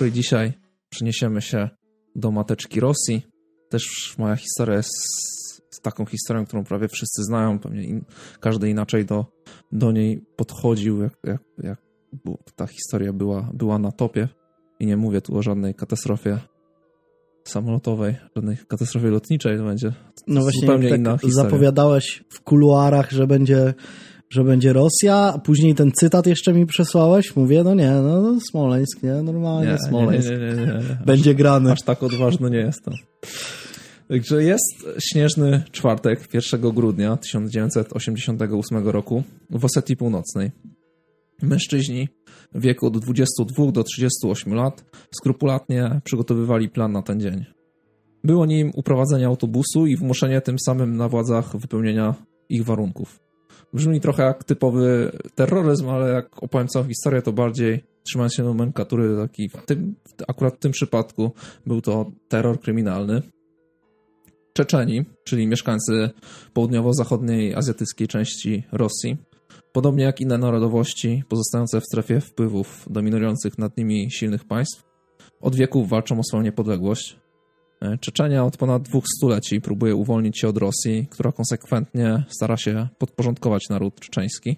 której dzisiaj przeniesiemy się do mateczki Rosji. Też moja historia jest taką historią, którą prawie wszyscy znają. Pewnie każdy inaczej do niej podchodził, jak ta historia była na topie. I nie mówię tu o żadnej katastrofie samolotowej, żadnej katastrofie lotniczej. To będzie zupełnie inna historia. Zapowiadałeś w kuluarach, że będzie Rosja, a później ten cytat jeszcze mi przesłałeś. Mówię, Smoleńsk, nie? Normalnie Smoleńsk. Nie. Będzie grany. Aż tak odważny nie jestem. Także jest śnieżny czwartek, 1 grudnia 1988 roku w Osetii Północnej. Mężczyźni w wieku od 22 do 38 lat skrupulatnie przygotowywali plan na ten dzień. Było nim uprowadzenie autobusu i wymuszenie tym samym na władzach wypełnienia ich warunków. Brzmi trochę jak typowy terroryzm, ale jak opowiem całą historię, to bardziej trzymając się nomenklatury, akurat w tym przypadku był to terror kryminalny. Czeczeni, czyli mieszkańcy południowo-zachodniej azjatyckiej części Rosji, podobnie jak inne narodowości pozostające w strefie wpływów dominujących nad nimi silnych państw, od wieków walczą o swoją niepodległość. Czeczenia od ponad 2 stuleci próbuje uwolnić się od Rosji, która konsekwentnie stara się podporządkować naród czeczeński.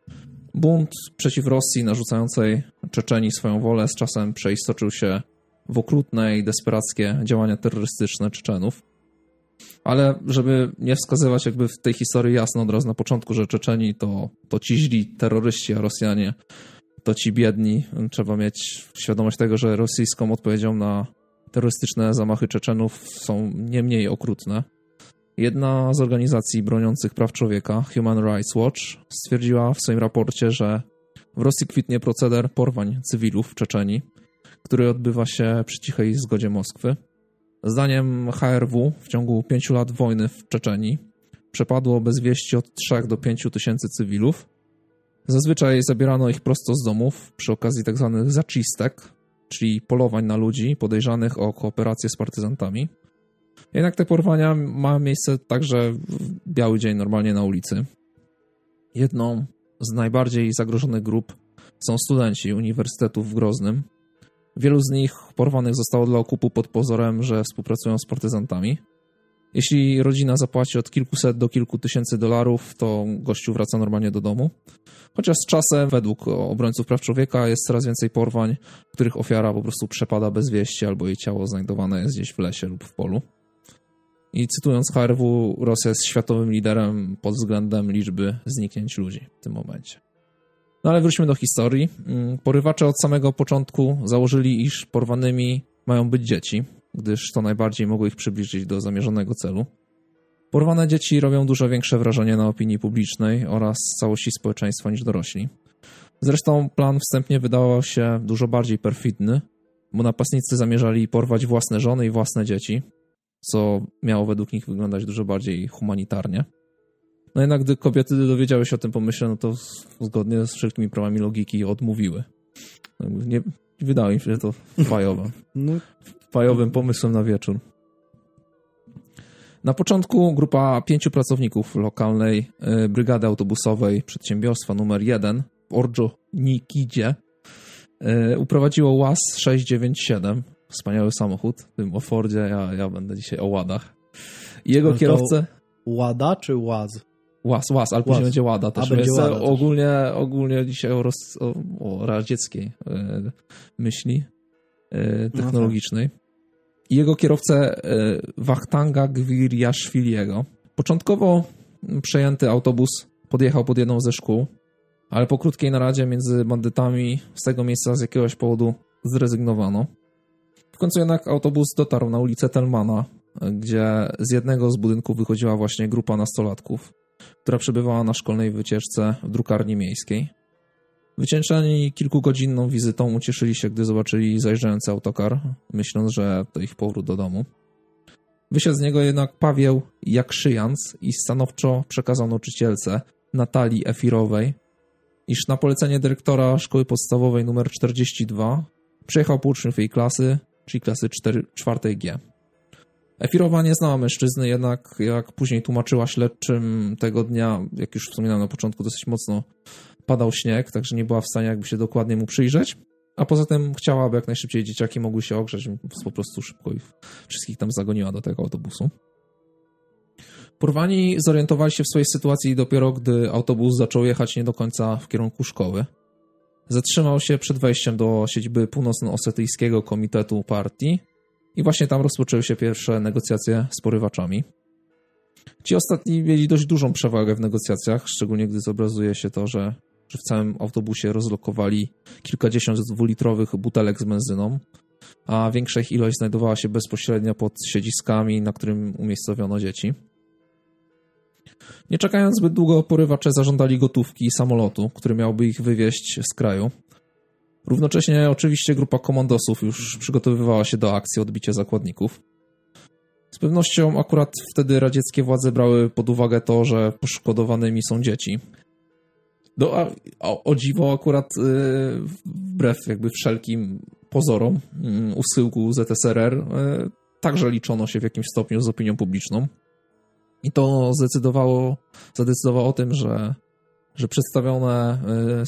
Bunt przeciw Rosji narzucającej Czeczeni swoją wolę z czasem przeistoczył się w okrutne i desperackie działania terrorystyczne Czeczenów. Ale żeby nie wskazywać jakby w tej historii jasno od razu na początku, że Czeczeni to ci źli terroryści, a Rosjanie to ci biedni. Trzeba mieć świadomość tego, że rosyjską odpowiedzią na terrorystyczne zamachy Czeczenów są nie mniej okrutne. Jedna z organizacji broniących praw człowieka, Human Rights Watch, stwierdziła w swoim raporcie, że w Rosji kwitnie proceder porwań cywilów w Czeczenii, który odbywa się przy cichej zgodzie Moskwy. Zdaniem HRW w ciągu 5 lat wojny w Czeczenii przepadło bez wieści od 3 do 5 tysięcy cywilów. Zazwyczaj zabierano ich prosto z domów przy okazji tzw. zaczistek, czyli polowań na ludzi podejrzanych o kooperację z partyzantami. Jednak te porwania mają miejsce także w biały dzień, normalnie na ulicy. Jedną z najbardziej zagrożonych grup są studenci Uniwersytetu w Groznym. Wielu z nich porwanych zostało dla okupu pod pozorem, że współpracują z partyzantami. Jeśli rodzina zapłaci od kilkuset do kilku tysięcy dolarów, to gościu wraca normalnie do domu. Chociaż z czasem, według obrońców praw człowieka, jest coraz więcej porwań, których ofiara po prostu przepada bez wieści albo jej ciało znajdowane jest gdzieś w lesie lub w polu. I cytując HRW, Rosja jest światowym liderem pod względem liczby zniknięć ludzi w tym momencie. No ale wróćmy do historii. Porywacze od samego początku założyli, iż porwanymi mają być dzieci, gdyż to najbardziej mogło ich przybliżyć do zamierzonego celu. Porwane dzieci robią dużo większe wrażenie na opinii publicznej oraz całości społeczeństwa niż dorośli. Zresztą plan wstępnie wydawał się dużo bardziej perfidny, bo napastnicy zamierzali porwać własne żony i własne dzieci, co miało według nich wyglądać dużo bardziej humanitarnie. No jednak gdy kobiety dowiedziały się o tym pomyśle, no to zgodnie z wszelkimi prawami logiki odmówiły. Nie wydało im się, że to fajowym pomysłem na wieczór. Na początku grupa 5 pracowników lokalnej brygady autobusowej przedsiębiorstwa numer 1 w Ordzonikidzie uprowadziło łaz 697. Wspaniały samochód. W tym o Fordzie, ja będę dzisiaj o ładach. I jego kierowcę... Łada czy łaz? Łaz, ale później będzie Łada też. Będzie Łada ogólnie dzisiaj o radzieckiej myśli technologicznej. I jego kierowcę Wachtanga Gwirjaszwiliego. Początkowo przejęty autobus podjechał pod jedną ze szkół, ale po krótkiej naradzie między bandytami z tego miejsca z jakiegoś powodu zrezygnowano. W końcu jednak autobus dotarł na ulicę Telmana, gdzie z jednego z budynków wychodziła właśnie grupa nastolatków, która przebywała na szkolnej wycieczce w drukarni miejskiej. Wycieńczeni kilkugodzinną wizytą ucieszyli się, gdy zobaczyli zajeżdżający autokar, myśląc, że to ich powrót do domu. Wysiadł z niego jednak Pawieł Jakszyjans i stanowczo przekazał nauczycielce Natalii Efirowej, iż na polecenie dyrektora szkoły podstawowej nr 42 przyjechał po uczniów jej klasy, czyli klasy 4G. Efirowa nie znała mężczyzny, jednak jak później tłumaczyła śledczym, tego dnia, jak już wspominałem na początku, dosyć mocno padał śnieg, także nie była w stanie jakby się dokładnie mu przyjrzeć. a poza tym chciała, aby jak najszybciej dzieciaki mogły się ogrzeć, więc po prostu szybko ich wszystkich tam zagoniła do tego autobusu. Porwani zorientowali się w swojej sytuacji dopiero, gdy autobus zaczął jechać nie do końca w kierunku szkoły. Zatrzymał się przed wejściem do siedziby Północno-Osetyjskiego Komitetu Partii i właśnie tam rozpoczęły się pierwsze negocjacje z porywaczami. Ci ostatni mieli dość dużą przewagę w negocjacjach, szczególnie gdy zobrazuje się to, że w całym autobusie rozlokowali kilkadziesiąt dwulitrowych butelek z benzyną, a większa ich ilość znajdowała się bezpośrednio pod siedziskami, na którym umiejscowiono dzieci. Nie czekając zbyt długo, porywacze zażądali gotówki i samolotu, który miałby ich wywieźć z kraju. Równocześnie oczywiście grupa komandosów już przygotowywała się do akcji odbicia zakładników. Z pewnością akurat wtedy radzieckie władze brały pod uwagę to, że poszkodowanymi są dzieci. O dziwo akurat wbrew jakby wszelkim pozorom u schyłku ZSRR także liczono się w jakimś stopniu z opinią publiczną. I to zadecydowało o tym, że przedstawione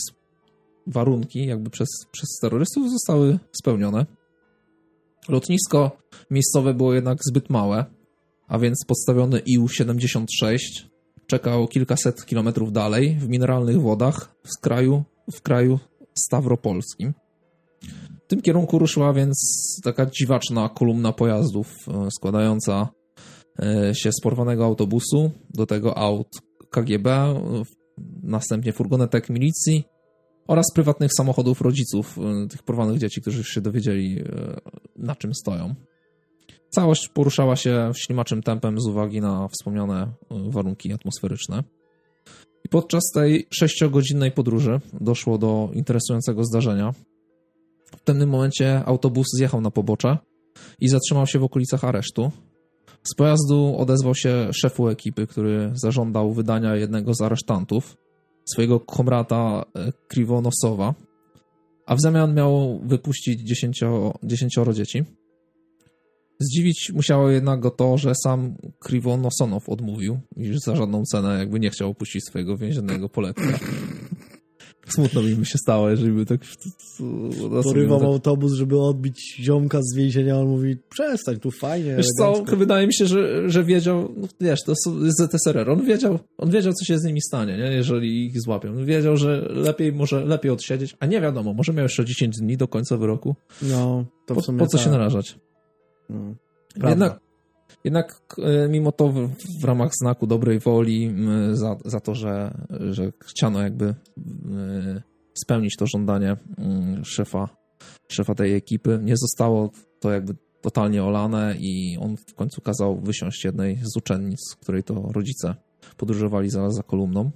warunki jakby przez terrorystów zostały spełnione. Lotnisko miejscowe było jednak zbyt małe, a więc podstawiony IU-76 czekał kilkaset kilometrów dalej w mineralnych wodach w kraju Stawropolskim. W tym kierunku ruszyła więc taka dziwaczna kolumna pojazdów składająca się z porwanego autobusu, do tego aut KGB, następnie furgonetek milicji oraz prywatnych samochodów rodziców tych porwanych dzieci, którzy już się dowiedzieli, na czym stoją. Całość poruszała się ślimaczym tempem z uwagi na wspomniane warunki atmosferyczne. I podczas tej 6-godzinnej podróży doszło do interesującego zdarzenia. W pewnym momencie autobus zjechał na pobocze i zatrzymał się w okolicach aresztu. Z pojazdu odezwał się szefu ekipy, który zażądał wydania jednego z aresztantów, swojego komrata Krivonosowa, a w zamian miał wypuścić 10 dzieci. Zdziwić musiało jednak go to, że sam Krivonosonow odmówił, iż za żadną cenę jakby nie chciał opuścić swojego więziennego poletka. Smutno by mi się stało, jeżeli by tak... Porywał autobus, żeby odbić ziomka z więzienia, on mówi, przestań, tu fajnie. Wiesz co, wydaje mi się, że wiedział, no wiesz, to jest ZSRR, on wiedział, co się z nimi stanie, nie? Jeżeli ich złapią. On wiedział, że lepiej odsiedzieć, a nie wiadomo, może miał jeszcze 10 dni do końca wyroku. No, to w sumie po co się narażać? No, Jednak mimo to w ramach znaku dobrej woli za to, że chciano jakby spełnić to żądanie szefa tej ekipy, nie zostało to jakby totalnie olane i on w końcu kazał wysiąść jednej z uczennic, której to rodzice podróżowali zaraz za kolumną.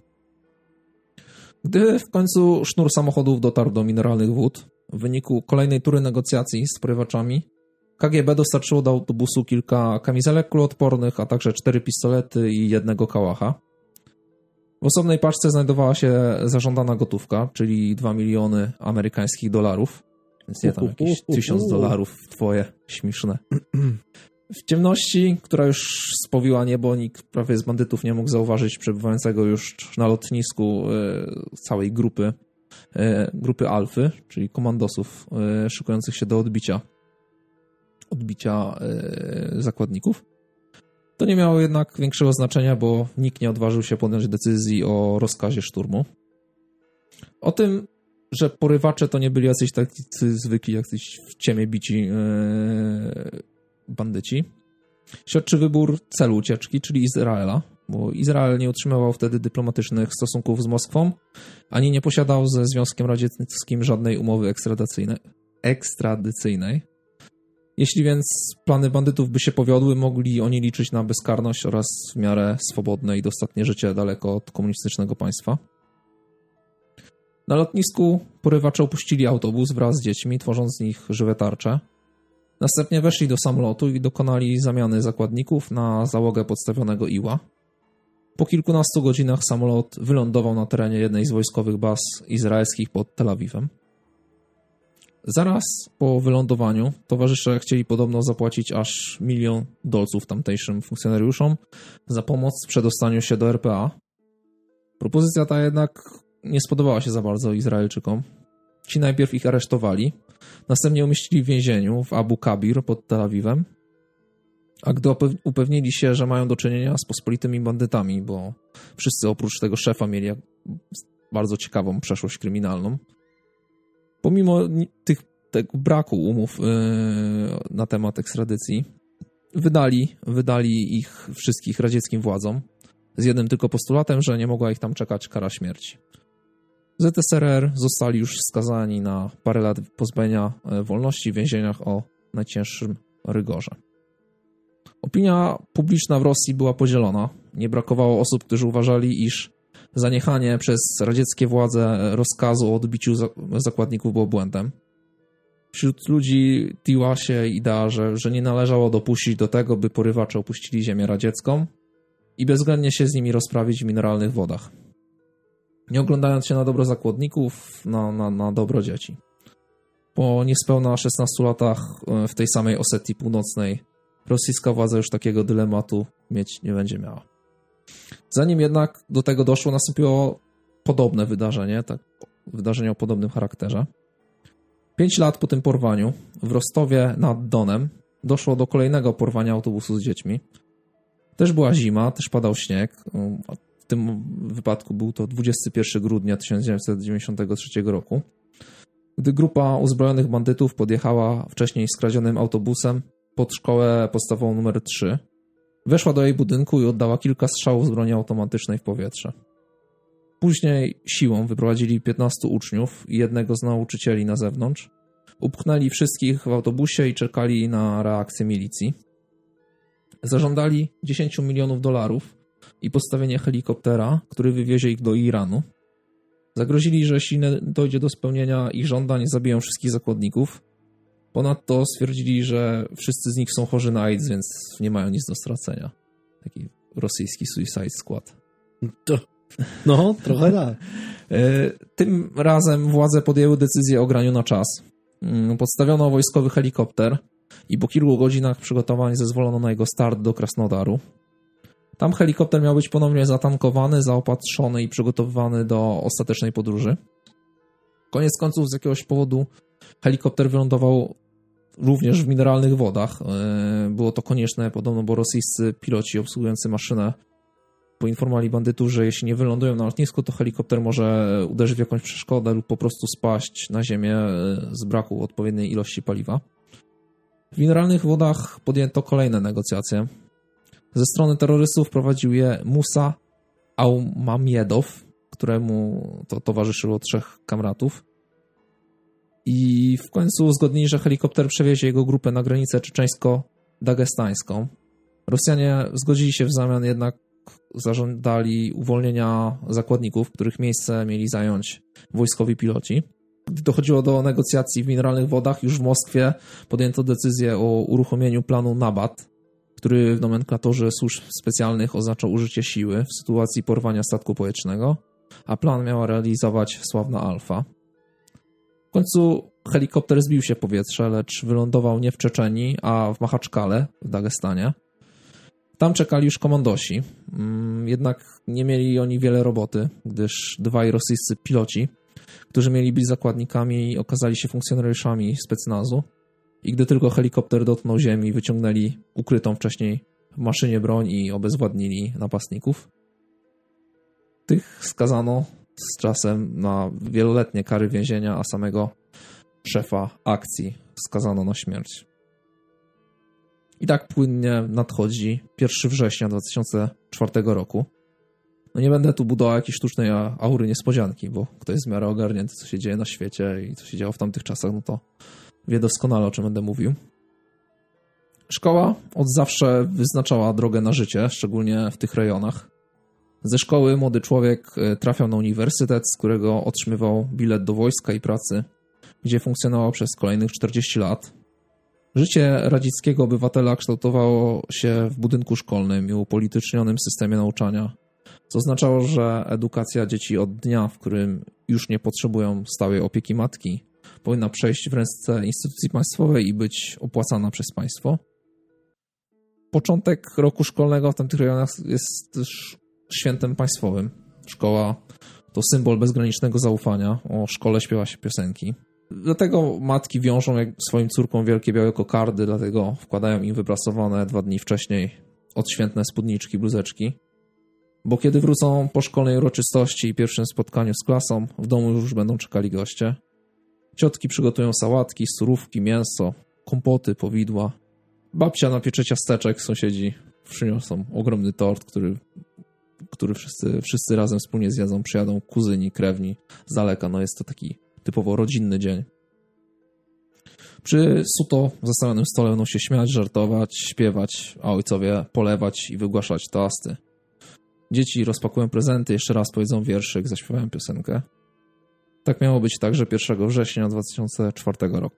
Gdy w końcu sznur samochodów dotarł do mineralnych wód, w wyniku kolejnej tury negocjacji z porywaczami KGB dostarczyło do autobusu kilka kamizelek kuloodpornych, a także 4 pistolety i jednego kałacha. W osobnej paczce znajdowała się zażądana gotówka, czyli 2 miliony amerykańskich dolarów. Więc nie tam jakieś $1000 twoje śmieszne. W ciemności, która już spowiła niebo, nikt prawie z bandytów nie mógł zauważyć przebywającego już na lotnisku całej grupy Alfy, czyli komandosów szykujących się do odbicia zakładników. To nie miało jednak większego znaczenia, bo nikt nie odważył się podjąć decyzji o rozkazie szturmu. O tym, że porywacze to nie byli jacyś tacy zwykli, jacyś w ciemię bici bandyci, świadczy wybór celu ucieczki, czyli Izraela, bo Izrael nie utrzymywał wtedy dyplomatycznych stosunków z Moskwą, ani nie posiadał ze Związkiem Radzieckim żadnej umowy ekstradycyjnej. Jeśli więc plany bandytów by się powiodły, mogli oni liczyć na bezkarność oraz w miarę swobodne i dostatnie życie daleko od komunistycznego państwa. Na lotnisku porywacze opuścili autobus wraz z dziećmi, tworząc z nich żywe tarcze. Następnie weszli do samolotu i dokonali zamiany zakładników na załogę podstawionego Iła. Po kilkunastu godzinach samolot wylądował na terenie jednej z wojskowych baz izraelskich pod Tel Awiwem. Zaraz po wylądowaniu towarzysze chcieli podobno zapłacić aż $1 milion tamtejszym funkcjonariuszom za pomoc w przedostaniu się do RPA. Propozycja ta jednak nie spodobała się za bardzo Izraelczykom. Ci najpierw ich aresztowali, Następnie umieścili w więzieniu w Abu Kabir pod Tel Awiwem, a gdy upewnili się, że mają do czynienia z pospolitymi bandytami, bo wszyscy oprócz tego szefa mieli bardzo ciekawą przeszłość kryminalną, pomimo tego braku umów na temat ekstradycji, wydali ich wszystkich radzieckim władzom z jednym tylko postulatem, że nie mogła ich tam czekać kara śmierci. ZSRR zostali już skazani na parę lat pozbawienia wolności w więzieniach o najcięższym rygorze. Opinia publiczna w Rosji była podzielona. Nie brakowało osób, którzy uważali, iż zaniechanie przez radzieckie władze rozkazu o odbiciu zakładników było błędem. Wśród ludzi tliła się idea, że nie należało dopuścić do tego, by porywacze opuścili ziemię radziecką i bezwzględnie się z nimi rozprawić w mineralnych wodach. Nie oglądając się na dobro zakładników, na dobro dzieci. Po niespełna 16 latach w tej samej Osetii Północnej rosyjska władza już takiego dylematu mieć nie będzie miała. Zanim jednak do tego doszło, nastąpiło podobne wydarzenie o podobnym charakterze. 5 lat po tym porwaniu w Rostowie nad Donem doszło do kolejnego porwania autobusu z dziećmi. Też była zima, też padał śnieg. W tym wypadku był to 21 grudnia 1993 roku. Gdy grupa uzbrojonych bandytów podjechała wcześniej skradzionym autobusem pod szkołę podstawową numer 3, weszła do jej budynku i oddała kilka strzałów z broni automatycznej w powietrze. Później siłą wyprowadzili 15 uczniów i jednego z nauczycieli na zewnątrz, upchnęli wszystkich w autobusie i czekali na reakcję milicji. Zażądali $10 milionów i postawienie helikoptera, który wywiezie ich do Iranu. Zagrozili, że jeśli dojdzie do spełnienia ich żądań, zabiją wszystkich zakładników. Ponadto stwierdzili, że wszyscy z nich są chorzy na AIDS, więc nie mają nic do stracenia. Taki rosyjski Suicide Squad. No, trochę tak. Tym razem władze podjęły decyzję o graniu na czas. Podstawiono wojskowy helikopter i po kilku godzinach przygotowań zezwolono na jego start do Krasnodaru. Tam helikopter miał być ponownie zatankowany, zaopatrzony i przygotowywany do ostatecznej podróży. Koniec końców z jakiegoś powodu helikopter wylądował również w mineralnych wodach. Było to konieczne podobno, bo rosyjscy piloci obsługujący maszynę poinformowali bandytów, że jeśli nie wylądują na lotnisku, to helikopter może uderzyć w jakąś przeszkodę lub po prostu spaść na ziemię z braku odpowiedniej ilości paliwa. W mineralnych wodach podjęto kolejne negocjacje. Ze strony terrorystów prowadził je Musa Aumamiedow, któremu to towarzyszyło 3 kamratów. I w końcu uzgodnili, że helikopter przewiezie jego grupę na granicę czeczeńsko-dagestańską. Rosjanie zgodzili się w zamian, jednak zażądali uwolnienia zakładników, których miejsce mieli zająć wojskowi piloci. Gdy dochodziło do negocjacji w mineralnych wodach, już w Moskwie podjęto decyzję o uruchomieniu planu Nabat, który w nomenklaturze służb specjalnych oznaczał użycie siły w sytuacji porwania statku powietrznego, a plan miała realizować sławna Alfa. W końcu helikopter zbił się w powietrze, lecz wylądował nie w Czeczenii, a w Machaczkale w Dagestanie. Tam czekali już komandosi, jednak nie mieli oni wiele roboty, gdyż 2 rosyjscy piloci, którzy mieli być zakładnikami, okazali się funkcjonariuszami specnazu i gdy tylko helikopter dotknął ziemi, wyciągnęli ukrytą wcześniej w maszynie broń i obezwładnili napastników. Tych skazano z czasem na wieloletnie kary więzienia, a samego szefa akcji skazano na śmierć. I tak płynnie nadchodzi 1 września 2004 roku. No nie będę tu budował jakiejś sztucznej aury niespodzianki, bo kto jest w miarę ogarnięty, co się dzieje na świecie i co się działo w tamtych czasach, no to wie doskonale, o czym będę mówił. Szkoła od zawsze wyznaczała drogę na życie, szczególnie w tych rejonach. Ze szkoły młody człowiek trafiał na uniwersytet, z którego otrzymywał bilet do wojska i pracy, gdzie funkcjonował przez kolejnych 40 lat. Życie radzieckiego obywatela kształtowało się w budynku szkolnym i upolitycznionym systemie nauczania, co oznaczało, że edukacja dzieci od dnia, w którym już nie potrzebują stałej opieki matki, powinna przejść w ręce instytucji państwowej i być opłacana przez państwo. Początek roku szkolnego w tamtych rejonach jest też świętem państwowym. Szkoła to symbol bezgranicznego zaufania. O szkole śpiewa się piosenki. Dlatego matki wiążą swoim córkom wielkie białe kokardy, dlatego wkładają im wyprasowane 2 dni wcześniej odświętne spódniczki, bluzeczki. Bo kiedy wrócą po szkolnej uroczystości i pierwszym spotkaniu z klasą, w domu już będą czekali goście. Ciotki przygotują sałatki, surówki, mięso, kompoty, powidła. Babcia napiecze ciasteczek, sąsiedzi przyniosą ogromny tort, który wszyscy razem wspólnie zjedzą. Przyjadą kuzyni, krewni z daleka. No jest to taki typowo rodzinny dzień. Przy suto zastawionym stole będą się śmiać, żartować, śpiewać, a ojcowie polewać i wygłaszać toasty. Dzieci rozpakują prezenty, jeszcze raz powiedzą wierszyk, zaśpiewają piosenkę. Tak miało być także 1 września 2004 roku.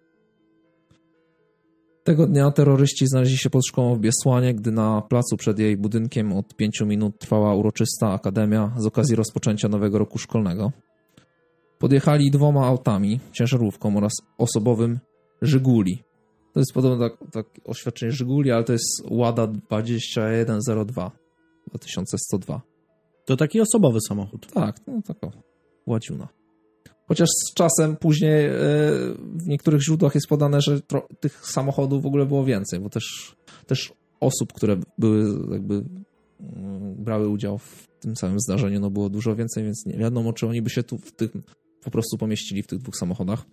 Tego dnia terroryści znaleźli się pod szkołą w Biesłanie, gdy na placu przed jej budynkiem od 5 minut trwała uroczysta akademia z okazji rozpoczęcia nowego roku szkolnego. Podjechali 2 autami, ciężarówką oraz osobowym Żyguli. To jest podobno tak oświadczenie Żyguli, ale to jest Łada 2102 2102. To taki osobowy samochód. Tak, no taka ładziuna. Chociaż z czasem później w niektórych źródłach jest podane, że tych samochodów w ogóle było więcej, bo też osób, które były brały udział w tym samym zdarzeniu, no było dużo więcej, więc nie wiadomo, czy oni by się tu po prostu pomieścili w tych 2 samochodach.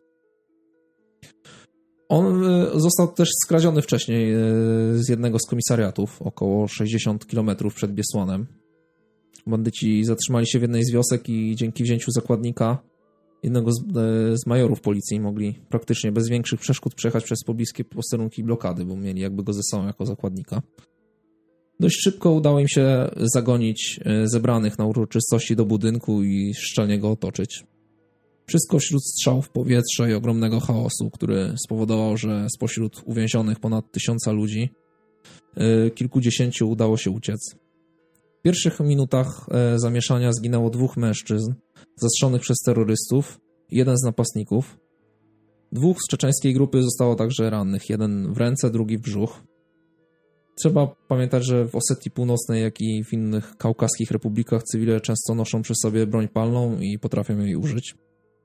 On został też skradziony wcześniej z jednego z komisariatów, około 60 km przed Biesłanem. Bandyci zatrzymali się w jednej z wiosek i dzięki wzięciu zakładnika jednego z majorów policji mogli praktycznie bez większych przeszkód przejechać przez pobliskie posterunki i blokady, bo mieli jakby go ze sobą jako zakładnika. Dość szybko udało im się zagonić zebranych na uroczystości do budynku i szczelnie go otoczyć. Wszystko wśród strzałów w powietrze i ogromnego chaosu, który spowodował, że spośród uwięzionych ponad 1000 ludzi kilkudziesięciu udało się uciec. W pierwszych minutach zamieszania zginęło 2 mężczyzn zastrzelonych przez terrorystów i 1 z napastników. 2 z czeczeńskiej grupy zostało także rannych, 1 w ręce, drugi w brzuch. Trzeba pamiętać, że w Osetii Północnej, jak i w innych kaukaskich republikach cywile często noszą przy sobie broń palną i potrafią jej użyć.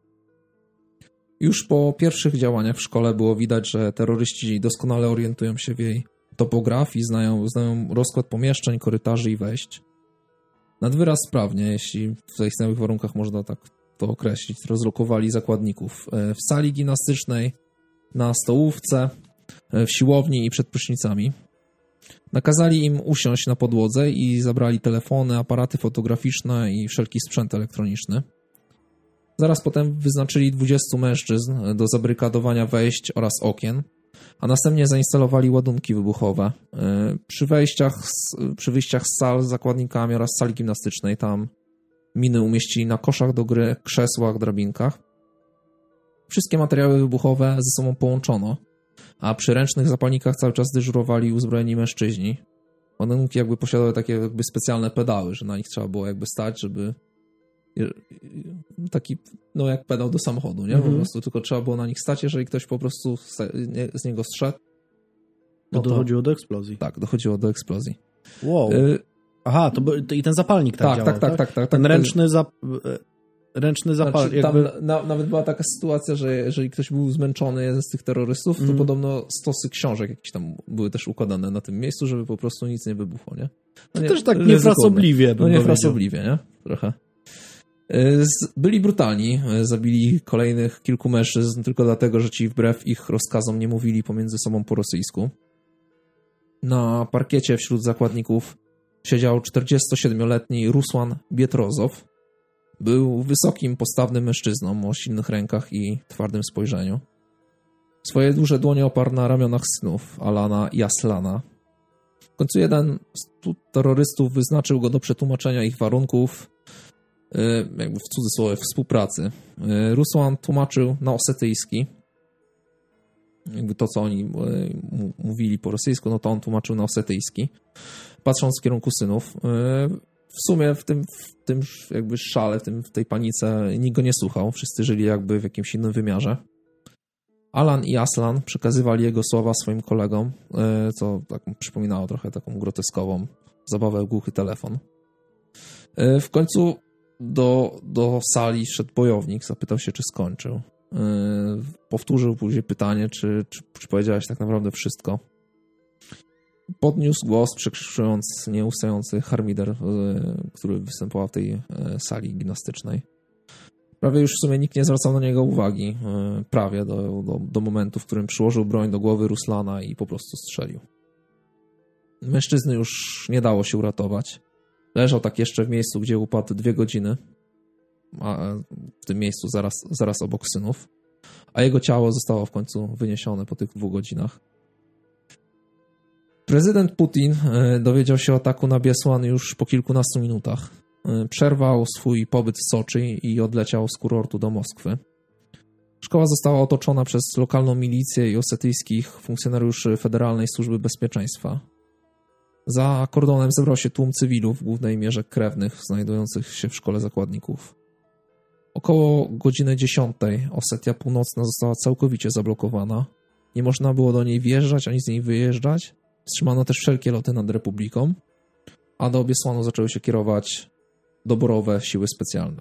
Już po pierwszych działaniach w szkole było widać, że terroryści doskonale orientują się w jej topografii, znają rozkład pomieszczeń, korytarzy i wejść. Nad wyraz sprawnie, jeśli w zaistniałych warunkach można tak to określić, rozlokowali zakładników w sali gimnastycznej, na stołówce, w siłowni i przed prysznicami. Nakazali im usiąść na podłodze i zabrali telefony, aparaty fotograficzne i wszelki sprzęt elektroniczny. Zaraz potem wyznaczyli 20 mężczyzn do zabrykadowania wejść oraz okien, a następnie zainstalowali ładunki wybuchowe. Przy wyjściach z sal z zakładnikami oraz sali gimnastycznej tam miny umieścili na koszach do gry, krzesłach, drabinkach. Wszystkie materiały wybuchowe ze sobą połączono, a przy ręcznych zapalnikach cały czas dyżurowali uzbrojeni mężczyźni. Ładunki jakby posiadały takie specjalne pedały, że na nich trzeba było stać, żeby taki, jak pedał do samochodu, nie? Po prostu tylko trzeba było na nich stać, jeżeli ktoś po prostu z niego zszedł. No to dochodziło do eksplozji. Tak, dochodziło do eksplozji. Wow. Aha, to i ten zapalnik tak działał, tak? Ten ręczny zapalnik. Znaczy, tam nawet była taka sytuacja, że jeżeli ktoś był zmęczony, jeden z tych terrorystów, to podobno stosy książek jakieś tam były też układane na tym miejscu, żeby po prostu nic nie wybuchło, nie? To też tak niefrasobliwie. Niefrasobliwie, nie? Trochę. Byli brutalni, zabili kolejnych kilku mężczyzn tylko dlatego, że ci wbrew ich rozkazom nie mówili pomiędzy sobą po rosyjsku. Na parkiecie wśród zakładników siedział 47-letni Rusłan Bietrozow. Był wysokim, postawnym mężczyzną o silnych rękach i twardym spojrzeniu. Swoje duże dłonie oparł na ramionach synów Alana i Aslana. W końcu jeden z terrorystów wyznaczył go do przetłumaczenia ich warunków, jakby w cudzysłowie, współpracy. Rusłan tłumaczył na osetyjski. Jakby to, co oni mówili po rosyjsku, no to on tłumaczył na osetyjski, patrząc w kierunku synów. W sumie w tym jakby szale, w tej panice nikt go nie słuchał. Wszyscy żyli jakby w jakimś innym wymiarze. Alan i Aslan przekazywali jego słowa swoim kolegom, co tak przypominało trochę taką groteskową zabawę w głuchy telefon. W końcu do sali wszedł bojownik, zapytał się, czy skończył. Powtórzył później pytanie, czy powiedziałeś tak naprawdę wszystko. Podniósł głos, przekrzykując nieustający harmider, który występował w tej sali gimnastycznej. Prawie już w sumie nikt nie zwracał na niego uwagi, prawie do momentu, w którym przyłożył broń do głowy Ruslana i po prostu strzelił. Mężczyzny już nie dało się uratować. Leżał tak jeszcze w miejscu, gdzie upadł 2 godziny, a w tym miejscu zaraz obok synów, a jego ciało zostało w końcu wyniesione po tych 2 godzinach. Prezydent Putin dowiedział się o ataku na Biesłan już po kilkunastu minutach. Przerwał swój pobyt w Soczi i odleciał z kurortu do Moskwy. Szkoła została otoczona przez lokalną milicję i osetyjskich funkcjonariuszy Federalnej Służby Bezpieczeństwa. Za kordonem zebrał się tłum cywilów, w głównej mierze krewnych, znajdujących się w szkole zakładników. Około godziny 10 Osetia Północna została całkowicie zablokowana. Nie można było do niej wjeżdżać ani z niej wyjeżdżać. Wstrzymano też wszelkie loty nad Republiką, a do Biesłanu zaczęły się kierować doborowe siły specjalne.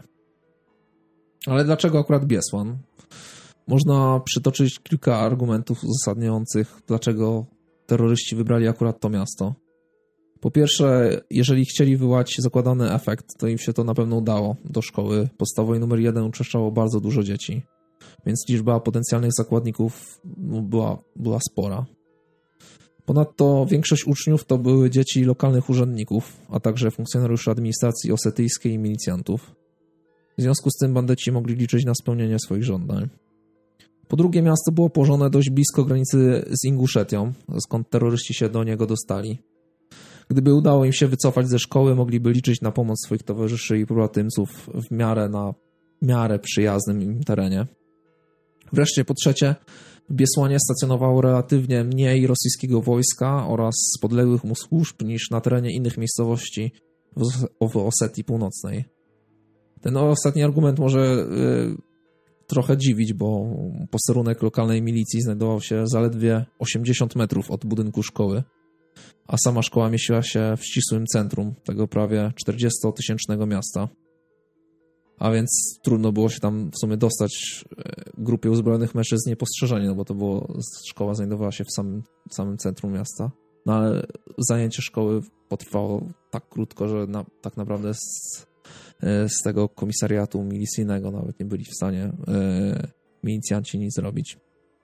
Ale dlaczego akurat Biesłan? Można przytoczyć kilka argumentów uzasadniających, dlaczego terroryści wybrali akurat to miasto. Po pierwsze, jeżeli chcieli wywołać zakładany efekt, to im się to na pewno udało. Do szkoły podstawowej numer 1 uczęszczało bardzo dużo dzieci, więc liczba potencjalnych zakładników była spora. Ponadto większość uczniów to były dzieci lokalnych urzędników, a także funkcjonariuszy administracji osetyjskiej i milicjantów. W związku z tym bandyci mogli liczyć na spełnienie swoich żądań. Po drugie, miasto było położone dość blisko granicy z Inguszetią, skąd terroryści się do niego dostali. Gdyby udało im się wycofać ze szkoły, mogliby liczyć na pomoc swoich towarzyszy i pobratymców na miarę przyjaznym im terenie. Wreszcie po trzecie, w Biesłanie stacjonowało relatywnie mniej rosyjskiego wojska oraz podległych mu służb niż na terenie innych miejscowości w Osetii Północnej. Ten ostatni argument może trochę dziwić, bo posterunek lokalnej milicji znajdował się zaledwie 80 metrów od budynku szkoły, a sama szkoła mieściła się w ścisłym centrum tego prawie 40-tysięcznego miasta. A więc trudno było się tam w sumie dostać grupie uzbrojonych mężczyzn niepostrzeżenie, no bo szkoła znajdowała się w samym centrum miasta. No ale zajęcie szkoły potrwało tak krótko, że tak naprawdę z tego komisariatu milicyjnego nawet nie byli w stanie milicjanci nic zrobić.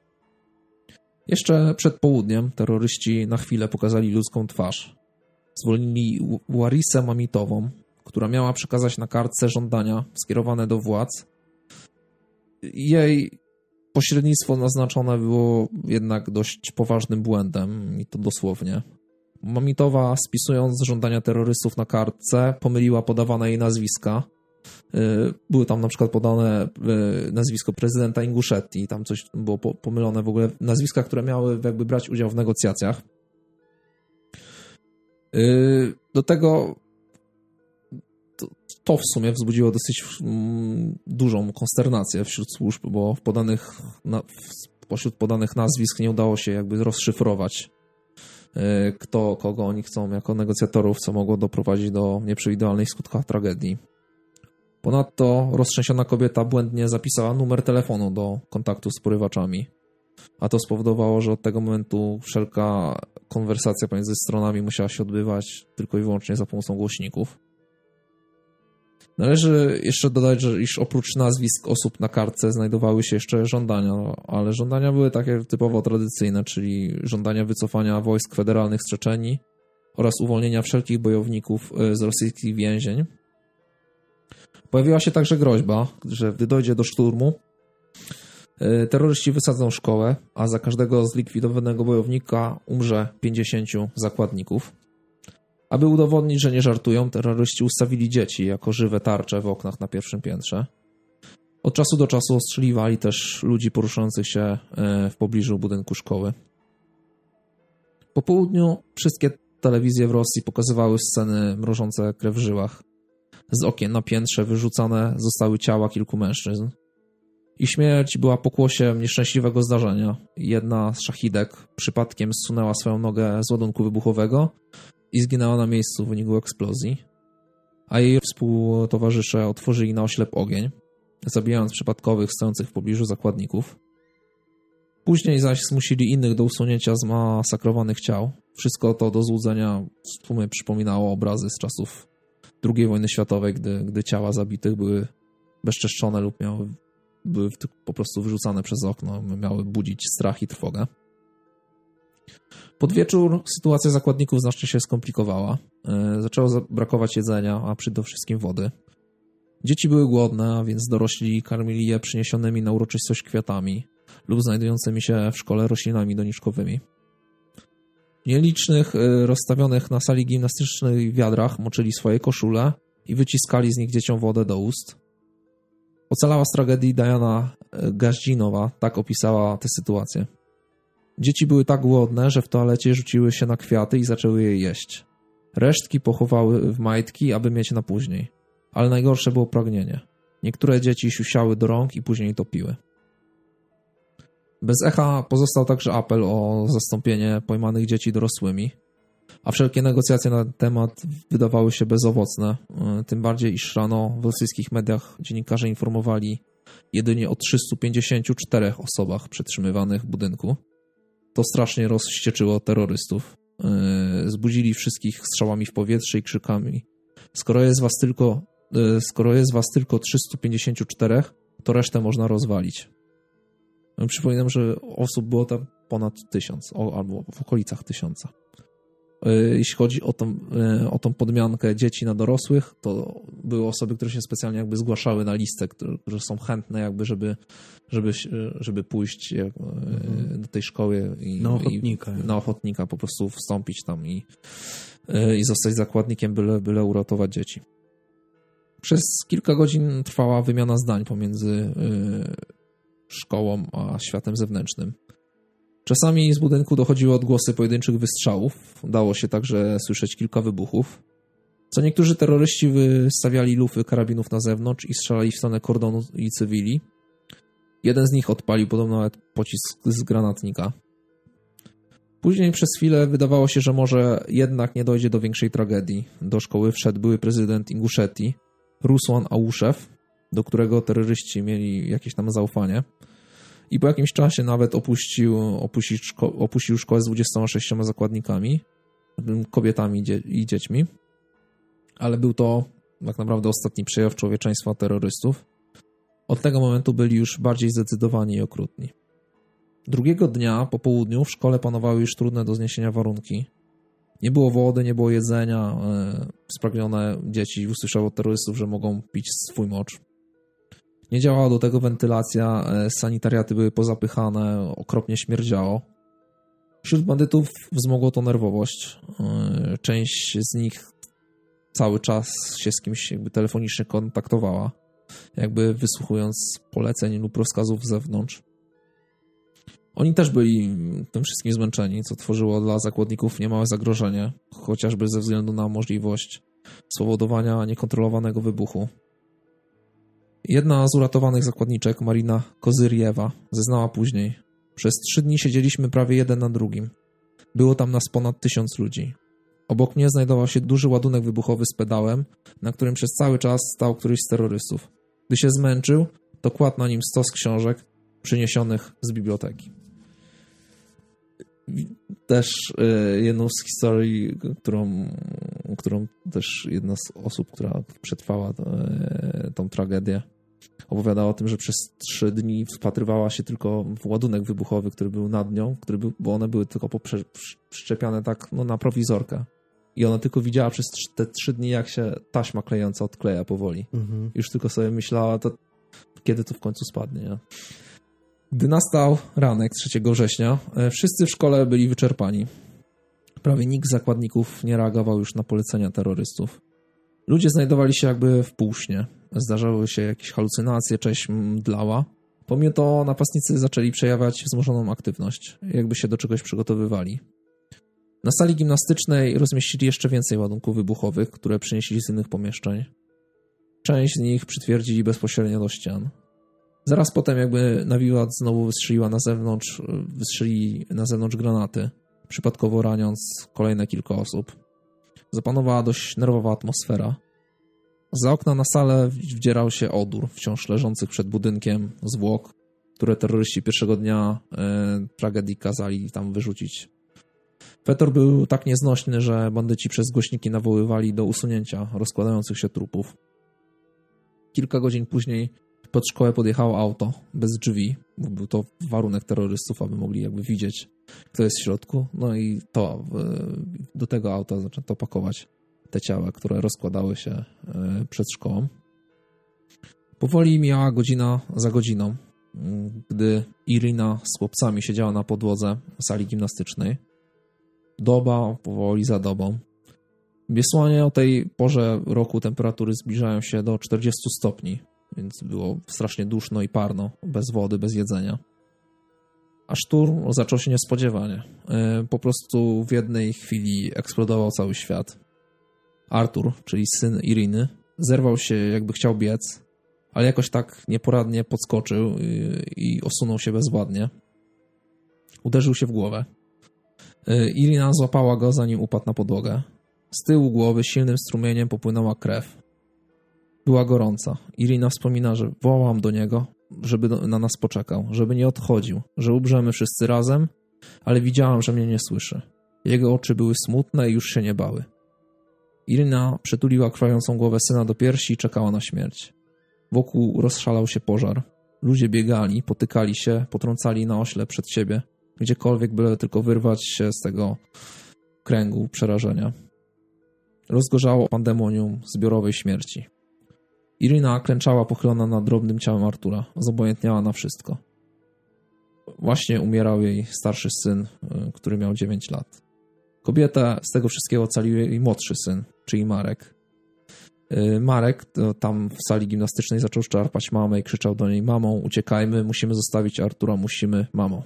Jeszcze przed południem terroryści na chwilę pokazali ludzką twarz. Zwolnili Łarisę Mamitową, która miała przekazać na kartce żądania skierowane do władz. Jej pośrednictwo naznaczone było jednak dość poważnym błędem, i to dosłownie. Mamitowa, spisując żądania terrorystów na kartce, pomyliła podawane jej nazwiska. Były tam na przykład podane nazwisko prezydenta Inguszetii, tam coś było pomylone w ogóle, nazwiska, które miały jakby brać udział w negocjacjach. Do tego to w sumie wzbudziło dosyć dużą konsternację wśród służb, bo pośród podanych nazwisk nie udało się jakby rozszyfrować, kogo oni chcą jako negocjatorów, co mogło doprowadzić do nieprzewidywalnych skutkach tragedii. Ponadto roztrzęsiona kobieta błędnie zapisała numer telefonu do kontaktu z porywaczami, a to spowodowało, że od tego momentu wszelka konwersacja pomiędzy stronami musiała się odbywać tylko i wyłącznie za pomocą głośników. Należy jeszcze dodać, iż oprócz nazwisk osób na kartce znajdowały się jeszcze żądania, ale żądania były takie typowo tradycyjne, czyli żądania wycofania wojsk federalnych z Czeczenii oraz uwolnienia wszelkich bojowników z rosyjskich więzień. Pojawiła się także groźba, że gdy dojdzie do szturmu, terroryści wysadzą szkołę, a za każdego zlikwidowanego bojownika umrze 50 zakładników. Aby udowodnić, że nie żartują, terroryści ustawili dzieci jako żywe tarcze w oknach na pierwszym piętrze. Od czasu do czasu ostrzeliwali też ludzi poruszających się w pobliżu budynku szkoły. Po południu wszystkie telewizje w Rosji pokazywały sceny mrożące krew w żyłach. Z okien na piętrze wyrzucane zostały ciała kilku mężczyzn. Ich śmierć była pokłosiem nieszczęśliwego zdarzenia. Jedna z szachidek przypadkiem zsunęła swoją nogę z ładunku wybuchowego i zginęła na miejscu w wyniku eksplozji, a jej współtowarzysze otworzyli na oślep ogień. zabijając przypadkowych stojących w pobliżu zakładników. Później zaś zmusili innych do usunięcia zmasakrowanych ciał. Wszystko to do złudzenia w sumie przypominało obrazy z czasów II wojny światowej, gdy ciała zabitych były bezczeszczone lub były po prostu wyrzucane przez okno, miały budzić strach i trwogę. Pod wieczór sytuacja zakładników znacznie się skomplikowała. Zaczęło brakować jedzenia, a przede wszystkim wody. Dzieci były głodne, a więc dorośli karmili je przyniesionymi na uroczystość kwiatami lub znajdującymi się w szkole roślinami doniczkowymi. W nielicznych, rozstawionych na sali gimnastycznej wiadrach moczyli swoje koszule i wyciskali z nich dzieciom wodę do ust. Ocalała z tragedii Diana Gaździnowa tak opisała tę sytuację. Dzieci były tak głodne, że w toalecie rzuciły się na kwiaty i zaczęły je jeść. Resztki pochowały w majtki, aby mieć na później. Ale najgorsze było pragnienie. Niektóre dzieci siusiały do rąk i później topiły. Bez echa pozostał także apel o zastąpienie pojmanych dzieci dorosłymi, a wszelkie negocjacje na ten temat wydawały się bezowocne, tym bardziej iż rano w rosyjskich mediach dziennikarze informowali jedynie o 354 osobach przetrzymywanych w budynku. To strasznie rozwścieczyło terrorystów. Zbudzili wszystkich strzałami w powietrze i krzykami: skoro jest was tylko 354, to resztę można rozwalić. Przypominam, że osób było tam ponad 1000, albo w okolicach 1000. Jeśli chodzi o tą podmiankę dzieci na dorosłych, to były osoby, które się specjalnie jakby zgłaszały na listę, które są chętne jakby, żeby pójść do tej szkoły i na ochotnika po prostu wstąpić tam i zostać zakładnikiem, byle uratować dzieci. Przez kilka godzin trwała wymiana zdań pomiędzy szkołą a światem zewnętrznym. Czasami z budynku dochodziły odgłosy pojedynczych wystrzałów. Dało się także słyszeć kilka wybuchów. Co niektórzy terroryści wystawiali lufy karabinów na zewnątrz i strzelali w stronę kordonu i cywili. Jeden z nich odpalił podobno nawet pocisk z granatnika. Później przez chwilę wydawało się, że może jednak nie dojdzie do większej tragedii. Do szkoły wszedł były prezydent Inguszetii, Rusłan Ałuszew, do którego terroryści mieli jakieś tam zaufanie. I po jakimś czasie nawet opuścił szkołę z 26 zakładnikami, kobietami i dziećmi. Ale był to tak naprawdę ostatni przejaw człowieczeństwa terrorystów. Od tego momentu byli już bardziej zdecydowani i okrutni. Drugiego dnia po południu w szkole panowały już trudne do zniesienia warunki. Nie było wody, nie było jedzenia. Spragnione dzieci usłyszały od terrorystów, że mogą pić swój mocz. Nie działała do tego wentylacja, sanitariaty były pozapychane, okropnie śmierdziało. Wśród bandytów wzmogło to nerwowość. Część z nich cały czas się z kimś jakby telefonicznie kontaktowała, jakby wysłuchując poleceń lub rozkazów z zewnątrz. Oni też byli tym wszystkim zmęczeni, co tworzyło dla zakładników niemałe zagrożenie, chociażby ze względu na możliwość spowodowania niekontrolowanego wybuchu. Jedna z uratowanych zakładniczek, Marina Kozyriewa, zeznała później: przez 3 dni siedzieliśmy prawie jeden na drugim. Było tam nas ponad 1000 ludzi. Obok mnie znajdował się duży ładunek wybuchowy z pedałem, na którym przez cały czas stał któryś z terrorystów. Gdy się zmęczył, to kładł na nim stos książek przyniesionych z biblioteki. Też jedną z historii, którą też jedna z osób, która przetrwała tą tragedię, opowiadała o tym, że przez 3 dni wpatrywała się tylko w ładunek wybuchowy, który był nad nią, bo one były tylko przyczepiane tak na prowizorkę. I ona tylko widziała przez te 3 dni, jak się taśma klejąca odkleja powoli. Mhm. Już tylko sobie myślała, to kiedy to w końcu spadnie, nie? Gdy nastał ranek 3 września, wszyscy w szkole byli wyczerpani. Prawie nikt z zakładników nie reagował już na polecenia terrorystów. Ludzie znajdowali się jakby w półśnie. Zdarzały się jakieś halucynacje, część mdlała. Pomimo to napastnicy zaczęli przejawiać wzmożoną aktywność, jakby się do czegoś przygotowywali. Na sali gimnastycznej rozmieścili jeszcze więcej ładunków wybuchowych, które przynieśli z innych pomieszczeń. Część z nich przytwierdzili bezpośrednio do ścian. Zaraz potem jakby nawiład znowu wystrzelili na zewnątrz granaty, przypadkowo raniąc kolejne kilka osób. Zapanowała dość nerwowa atmosfera. Za okna na salę wdzierał się odór wciąż leżących przed budynkiem zwłok, które terroryści pierwszego dnia tragedii kazali tam wyrzucić. Fetor był tak nieznośny, że bandyci przez głośniki nawoływali do usunięcia rozkładających się trupów. Kilka godzin później pod szkołę podjechało auto bez drzwi, bo był to warunek terrorystów, aby mogli jakby widzieć, kto jest w środku. No i do tego auta zaczęto pakować te ciała, które rozkładały się przed szkołą. Powoli mijała godzina za godziną, gdy Irina z chłopcami siedziała na podłodze sali gimnastycznej. Doba powoli za dobą. W Biesłanie o tej porze roku temperatury zbliżają się do 40 stopni, więc było strasznie duszno i parno, bez wody, bez jedzenia. A szturm zaczął się niespodziewanie. Po prostu w jednej chwili eksplodował cały świat. Artur, czyli syn Iriny, zerwał się, jakby chciał biec, ale jakoś tak nieporadnie podskoczył i osunął się bezwładnie. Uderzył się w głowę. Irina złapała go, zanim upadł na podłogę. Z tyłu głowy silnym strumieniem popłynęła krew. Była gorąca. Irina wspomina, że wołałam do niego, żeby na nas poczekał, żeby nie odchodził, że umrzemy wszyscy razem, ale widziałam, że mnie nie słyszy. Jego oczy były smutne i już się nie bały. Irina przytuliła krwającą głowę syna do piersi i czekała na śmierć. Wokół rozszalał się pożar. Ludzie biegali, potykali się, potrącali na oślep przed siebie, gdziekolwiek, byle tylko wyrwać się z tego kręgu przerażenia. Rozgorzało pandemonium zbiorowej śmierci. Irina klęczała pochylona nad drobnym ciałem Artura, zobojętniała na wszystko. Właśnie umierał jej starszy syn, który miał 9 lat. Kobietę z tego wszystkiego ocalił jej młodszy syn, czyli Marek. Marek tam w sali gimnastycznej zaczął szarpać mamę i krzyczał do niej: mamo, uciekajmy, musimy zostawić Artura, musimy, mamo.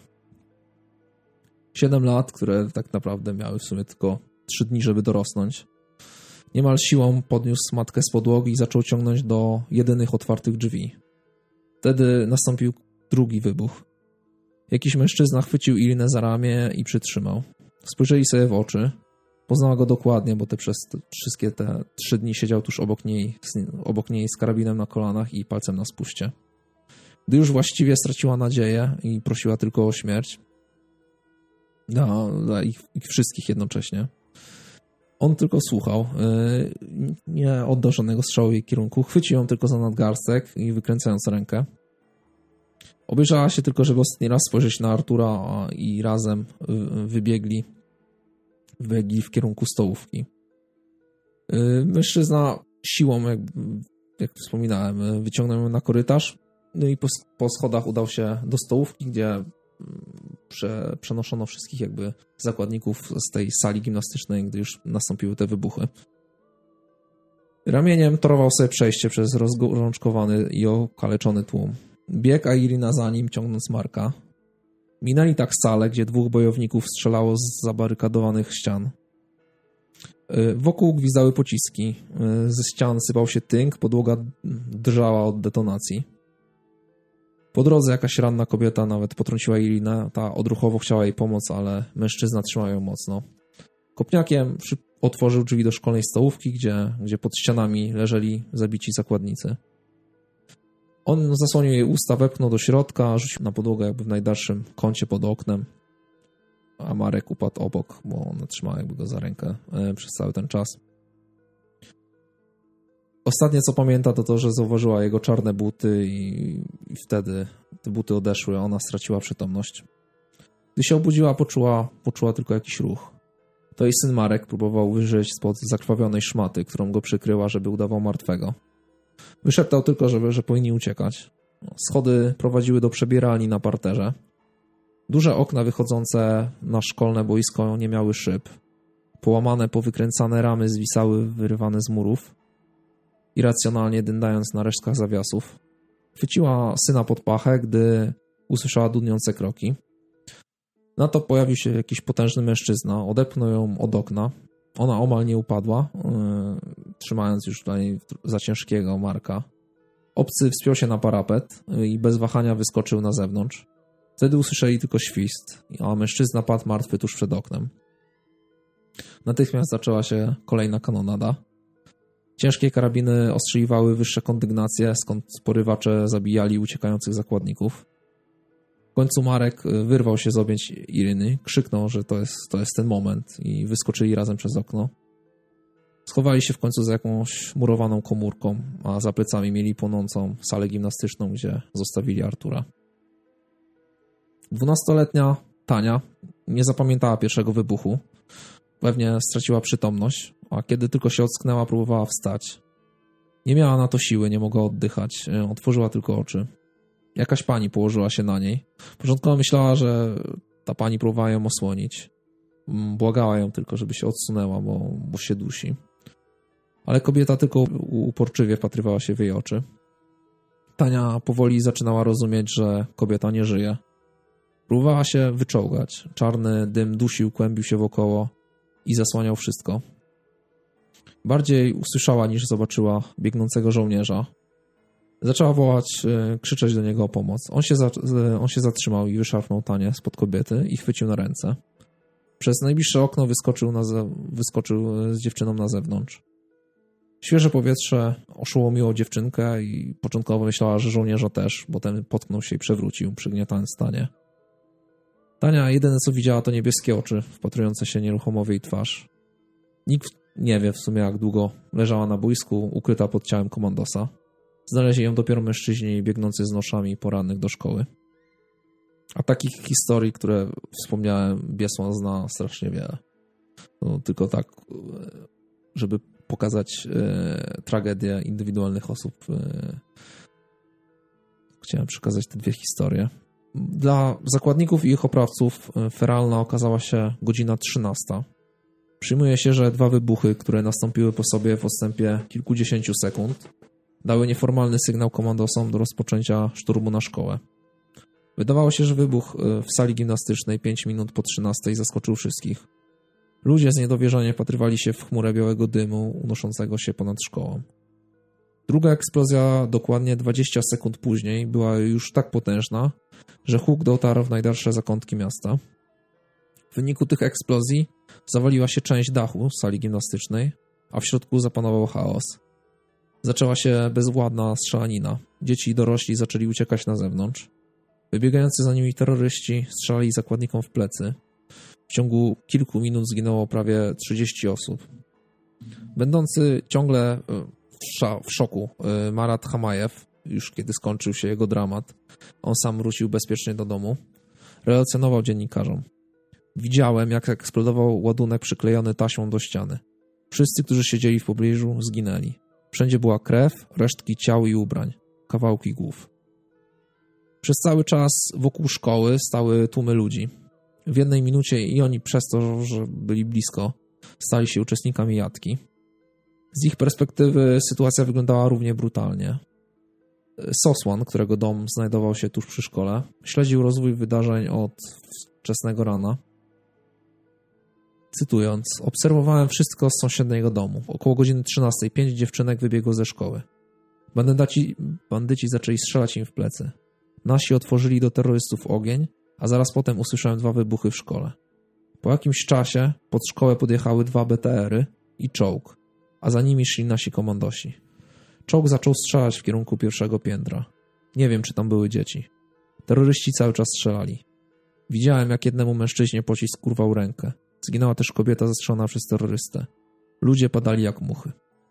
7 lat, które tak naprawdę miały w sumie tylko 3 dni, żeby dorosnąć. Niemal siłą podniósł matkę z podłogi i zaczął ciągnąć do jedynych otwartych drzwi. Wtedy nastąpił drugi wybuch. Jakiś mężczyzna chwycił Irinę za ramię i przytrzymał. Spojrzeli sobie w oczy. Poznała go dokładnie, bo wszystkie te 3 dni siedział tuż obok niej z karabinem na kolanach i palcem na spuście. Gdy już właściwie straciła nadzieję i prosiła tylko o śmierć, dla ich wszystkich jednocześnie, on tylko słuchał, nie oddał żadnego strzału w jej kierunku, chwycił ją tylko za nadgarstek i wykręcając rękę. Obejrzała się tylko, żeby ostatni raz spojrzeć na Artura i razem wybiegli w kierunku stołówki. Mężczyzna siłą, jak wspominałem, wyciągnął ją na korytarz, no i po schodach udał się do stołówki, gdzie przenoszono wszystkich jakby zakładników z tej sali gimnastycznej, gdy już nastąpiły te wybuchy. Ramieniem torował sobie przejście przez rozgorączkowany i okaleczony tłum. Biegł, a Irina za nim, ciągnąc Marka. Minęli tak salę, gdzie 2 bojowników strzelało z zabarykadowanych ścian. Wokół gwizdały pociski. Ze ścian sypał się tynk, podłoga drżała od detonacji. Po drodze jakaś ranna kobieta nawet potrąciła Irinę. Ta odruchowo chciała jej pomóc, ale mężczyzna trzymał ją mocno. Kopniakiem otworzył drzwi do szkolnej stołówki, gdzie pod ścianami leżeli zabici zakładnicy. On zasłonił jej usta, wepchnął do środka, rzucił na podłogę jakby w najdalszym kącie pod oknem, a Marek upadł obok, bo ona trzymała jakby go za rękę przez cały ten czas. Ostatnie co pamięta to, że zauważyła jego czarne buty i wtedy te buty odeszły, a ona straciła przytomność. Gdy się obudziła, poczuła tylko jakiś ruch. To jej syn Marek próbował wyżyć spod zakrwawionej szmaty, którą go przykryła, żeby udawał martwego. Wyszeptał tylko, że powinni uciekać. Schody prowadziły do przebieralni na parterze. Duże okna wychodzące na szkolne boisko nie miały szyb. Połamane, powykręcane ramy zwisały wyrywane z murów, irracjonalnie dyndając na resztkach zawiasów. Chwyciła syna pod pachę, gdy usłyszała dudniące kroki. Na to pojawił się jakiś potężny mężczyzna, odepchnął ją od okna. Ona omal nie upadła, trzymając już dla niej za ciężkiego Marka. Obcy wspiął się na parapet i bez wahania wyskoczył na zewnątrz. Wtedy usłyszeli tylko świst, a mężczyzna padł martwy tuż przed oknem. Natychmiast zaczęła się kolejna kanonada. Ciężkie karabiny ostrzeliwały wyższe kondygnacje, skąd porywacze zabijali uciekających zakładników. W końcu Marek wyrwał się z objęć Iryny, krzyknął, że to jest ten moment i wyskoczyli razem przez okno. Schowali się w końcu za jakąś murowaną komórką, a za plecami mieli płonącą salę gimnastyczną, gdzie zostawili Artura. 12-letnia Tania nie zapamiętała pierwszego wybuchu. Pewnie straciła przytomność, a kiedy tylko się ocknęła, próbowała wstać. Nie miała na to siły, nie mogła oddychać, otworzyła tylko oczy. Jakaś pani położyła się na niej. Początkowo myślała, że ta pani próbowała ją osłonić. Błagała ją tylko, żeby się odsunęła, bo się dusi. Ale kobieta tylko uporczywie wpatrywała się w jej oczy. Tania powoli zaczynała rozumieć, że kobieta nie żyje. Próbowała się wyczołgać. Czarny dym dusił, kłębił się wokoło i zasłaniał wszystko. Bardziej usłyszała niż zobaczyła biegnącego żołnierza. Zaczęła wołać, krzyczeć do niego o pomoc. On się zatrzymał i wyszarpnął Tanię spod kobiety i chwycił na ręce. Przez najbliższe okno wyskoczył z dziewczyną na zewnątrz. Świeże powietrze oszołomiło dziewczynkę i początkowo myślała, że żołnierza też, bo ten potknął się i przewrócił, przygniatając Tanię. Tania jedyne co widziała to niebieskie oczy, wpatrujące się nieruchomo w jej twarz. Nikt nie wie w sumie jak długo leżała na boisku, ukryta pod ciałem komandosa. Znaleźli ją dopiero mężczyźni biegnący z noszami porannych do szkoły. A takich historii, które wspomniałem, Biesłan zna strasznie wiele. No, tylko tak, żeby pokazać tragedię indywidualnych osób. Chciałem przekazać te dwie historie. Dla zakładników i ich oprawców feralna okazała się godzina 13. Przyjmuje się, że 2 wybuchy, które nastąpiły po sobie w odstępie kilkudziesięciu sekund, dały nieformalny sygnał komandosom do rozpoczęcia szturmu na szkołę. Wydawało się, że wybuch w sali gimnastycznej 5 minut po 13 zaskoczył wszystkich. Ludzie z niedowierzaniem wpatrywali się w chmurę białego dymu unoszącego się ponad szkołą. Druga eksplozja dokładnie 20 sekund później była już tak potężna, że huk dotarł w najdalsze zakątki miasta. W wyniku tych eksplozji zawaliła się część dachu sali gimnastycznej, a w środku zapanował chaos. Zaczęła się bezwładna strzelanina. Dzieci i dorośli zaczęli uciekać na zewnątrz. Wybiegający za nimi terroryści strzelali zakładnikom w plecy. W ciągu kilku minut zginęło prawie 30 osób. Będący ciągle w szoku Marat Hamajew, już kiedy skończył się jego dramat, on sam wrócił bezpiecznie do domu, relacjonował dziennikarzom. Widziałem, jak eksplodował ładunek przyklejony taśmą do ściany. Wszyscy, którzy siedzieli w pobliżu, zginęli. Wszędzie była krew, resztki ciał i ubrań, kawałki głów. Przez cały czas wokół szkoły stały tłumy ludzi. W jednej minucie i oni przez to, że byli blisko, stali się uczestnikami jatki. Z ich perspektywy sytuacja wyglądała równie brutalnie. Sosłan, którego dom znajdował się tuż przy szkole, śledził rozwój wydarzeń od wczesnego rana. Cytując, obserwowałem wszystko z sąsiedniego domu. Około godziny 13 5 dziewczynek wybiegło ze szkoły. Bandyci zaczęli strzelać im w plecy. Nasi otworzyli do terrorystów ogień, a zaraz potem usłyszałem 2 wybuchy w szkole. Po jakimś czasie pod szkołę podjechały 2 BTR-y i czołg, a za nimi szli nasi komandosi. Czołg zaczął strzelać w kierunku pierwszego piętra. Nie wiem, czy tam były dzieci. Terroryści cały czas strzelali. Widziałem, jak jednemu mężczyźnie pocisk urwał rękę. Zginęła też kobieta zastrzelona przez terrorystę. Ludzie padali jak muchy.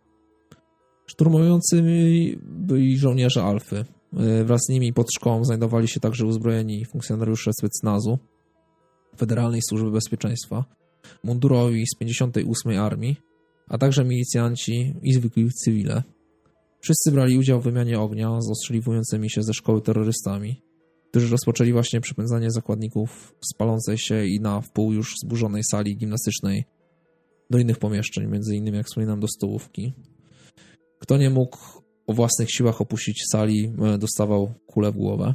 Szturmującymi byli żołnierze Alfy. Wraz z nimi pod szkołą znajdowali się także uzbrojeni funkcjonariusze specnazu, Federalnej Służby Bezpieczeństwa, mundurowi z 58. Armii, a także milicjanci i zwykli cywile. Wszyscy brali udział w wymianie ognia z ostrzeliwującymi się ze szkoły terrorystami, którzy rozpoczęli właśnie przepędzanie zakładników z palącej się i na wpół już zburzonej sali gimnastycznej do innych pomieszczeń, między innymi, jak wspominam, do stołówki. Kto nie mógł o własnych siłach opuścić sali, dostawał kulę w głowę.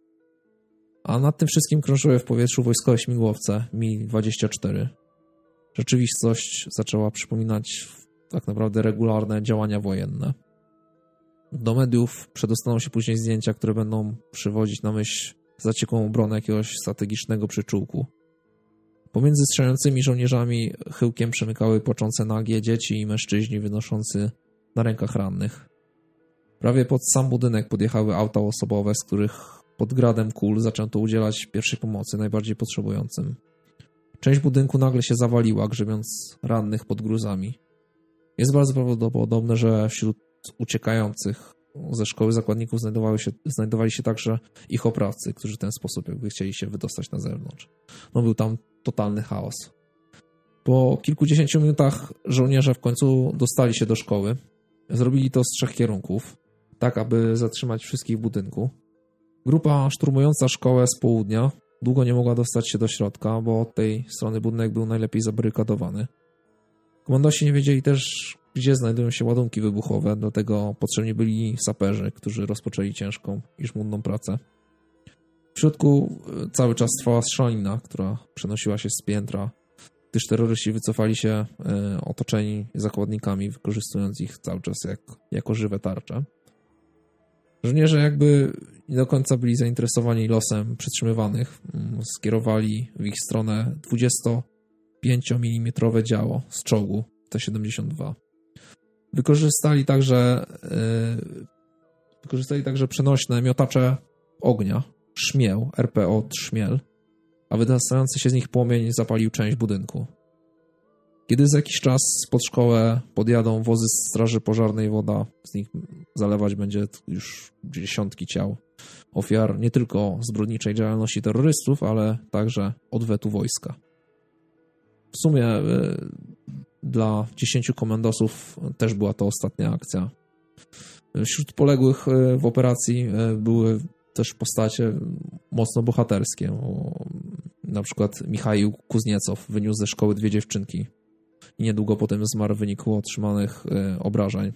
A nad tym wszystkim krążyły w powietrzu wojskowe śmigłowce Mi-24. Rzeczywistość zaczęła przypominać tak naprawdę regularne działania wojenne. Do mediów przedostaną się później zdjęcia, które będą przywodzić na myśl zaciekłą obronę jakiegoś strategicznego przyczółku. Pomiędzy strzelającymi żołnierzami chyłkiem przemykały płaczące nagie dzieci i mężczyźni wynoszący na rękach rannych. Prawie pod sam budynek podjechały auta osobowe, z których pod gradem kul zaczęto udzielać pierwszej pomocy najbardziej potrzebującym. Część budynku nagle się zawaliła, grzebiąc rannych pod gruzami. Jest bardzo prawdopodobne, że wśród uciekających ze szkoły zakładników znajdowali się także ich oprawcy, którzy w ten sposób jakby chcieli się wydostać na zewnątrz. No był tam totalny chaos. Po kilkudziesięciu minutach żołnierze w końcu dostali się do szkoły. Zrobili to z 3 kierunków, tak aby zatrzymać wszystkich w budynku. Grupa szturmująca szkołę z południa długo nie mogła dostać się do środka, bo od tej strony budynek był najlepiej zabarykadowany. Komandosi nie wiedzieli też, gdzie znajdują się ładunki wybuchowe, dlatego potrzebni byli saperzy, którzy rozpoczęli ciężką i żmudną pracę. W środku cały czas trwała strzelanina, która przenosiła się z piętra, gdyż terroryści wycofali się otoczeni zakładnikami, wykorzystując ich cały czas jako żywe tarcze. Żołnierze jakby nie do końca byli zainteresowani losem przetrzymywanych. Skierowali w ich stronę 25 mm działo z czołgu T-72. Wykorzystali także przenośne miotacze ognia, Szmiel, RPO Szmiel, a wydostający się z nich płomień zapalił część budynku. Kiedy za jakiś czas pod szkołę podjadą wozy z straży pożarnej, woda z nich zalewać będzie już dziesiątki ciał. Ofiar nie tylko zbrodniczej działalności terrorystów, ale także odwetu wojska. W sumie dla 10 komandosów też była to ostatnia akcja. Wśród poległych w operacji były też postacie mocno bohaterskie. Na przykład Michał Kuzniecow wyniósł ze szkoły 2 dziewczynki i niedługo potem zmarł w wyniku otrzymanych obrażeń.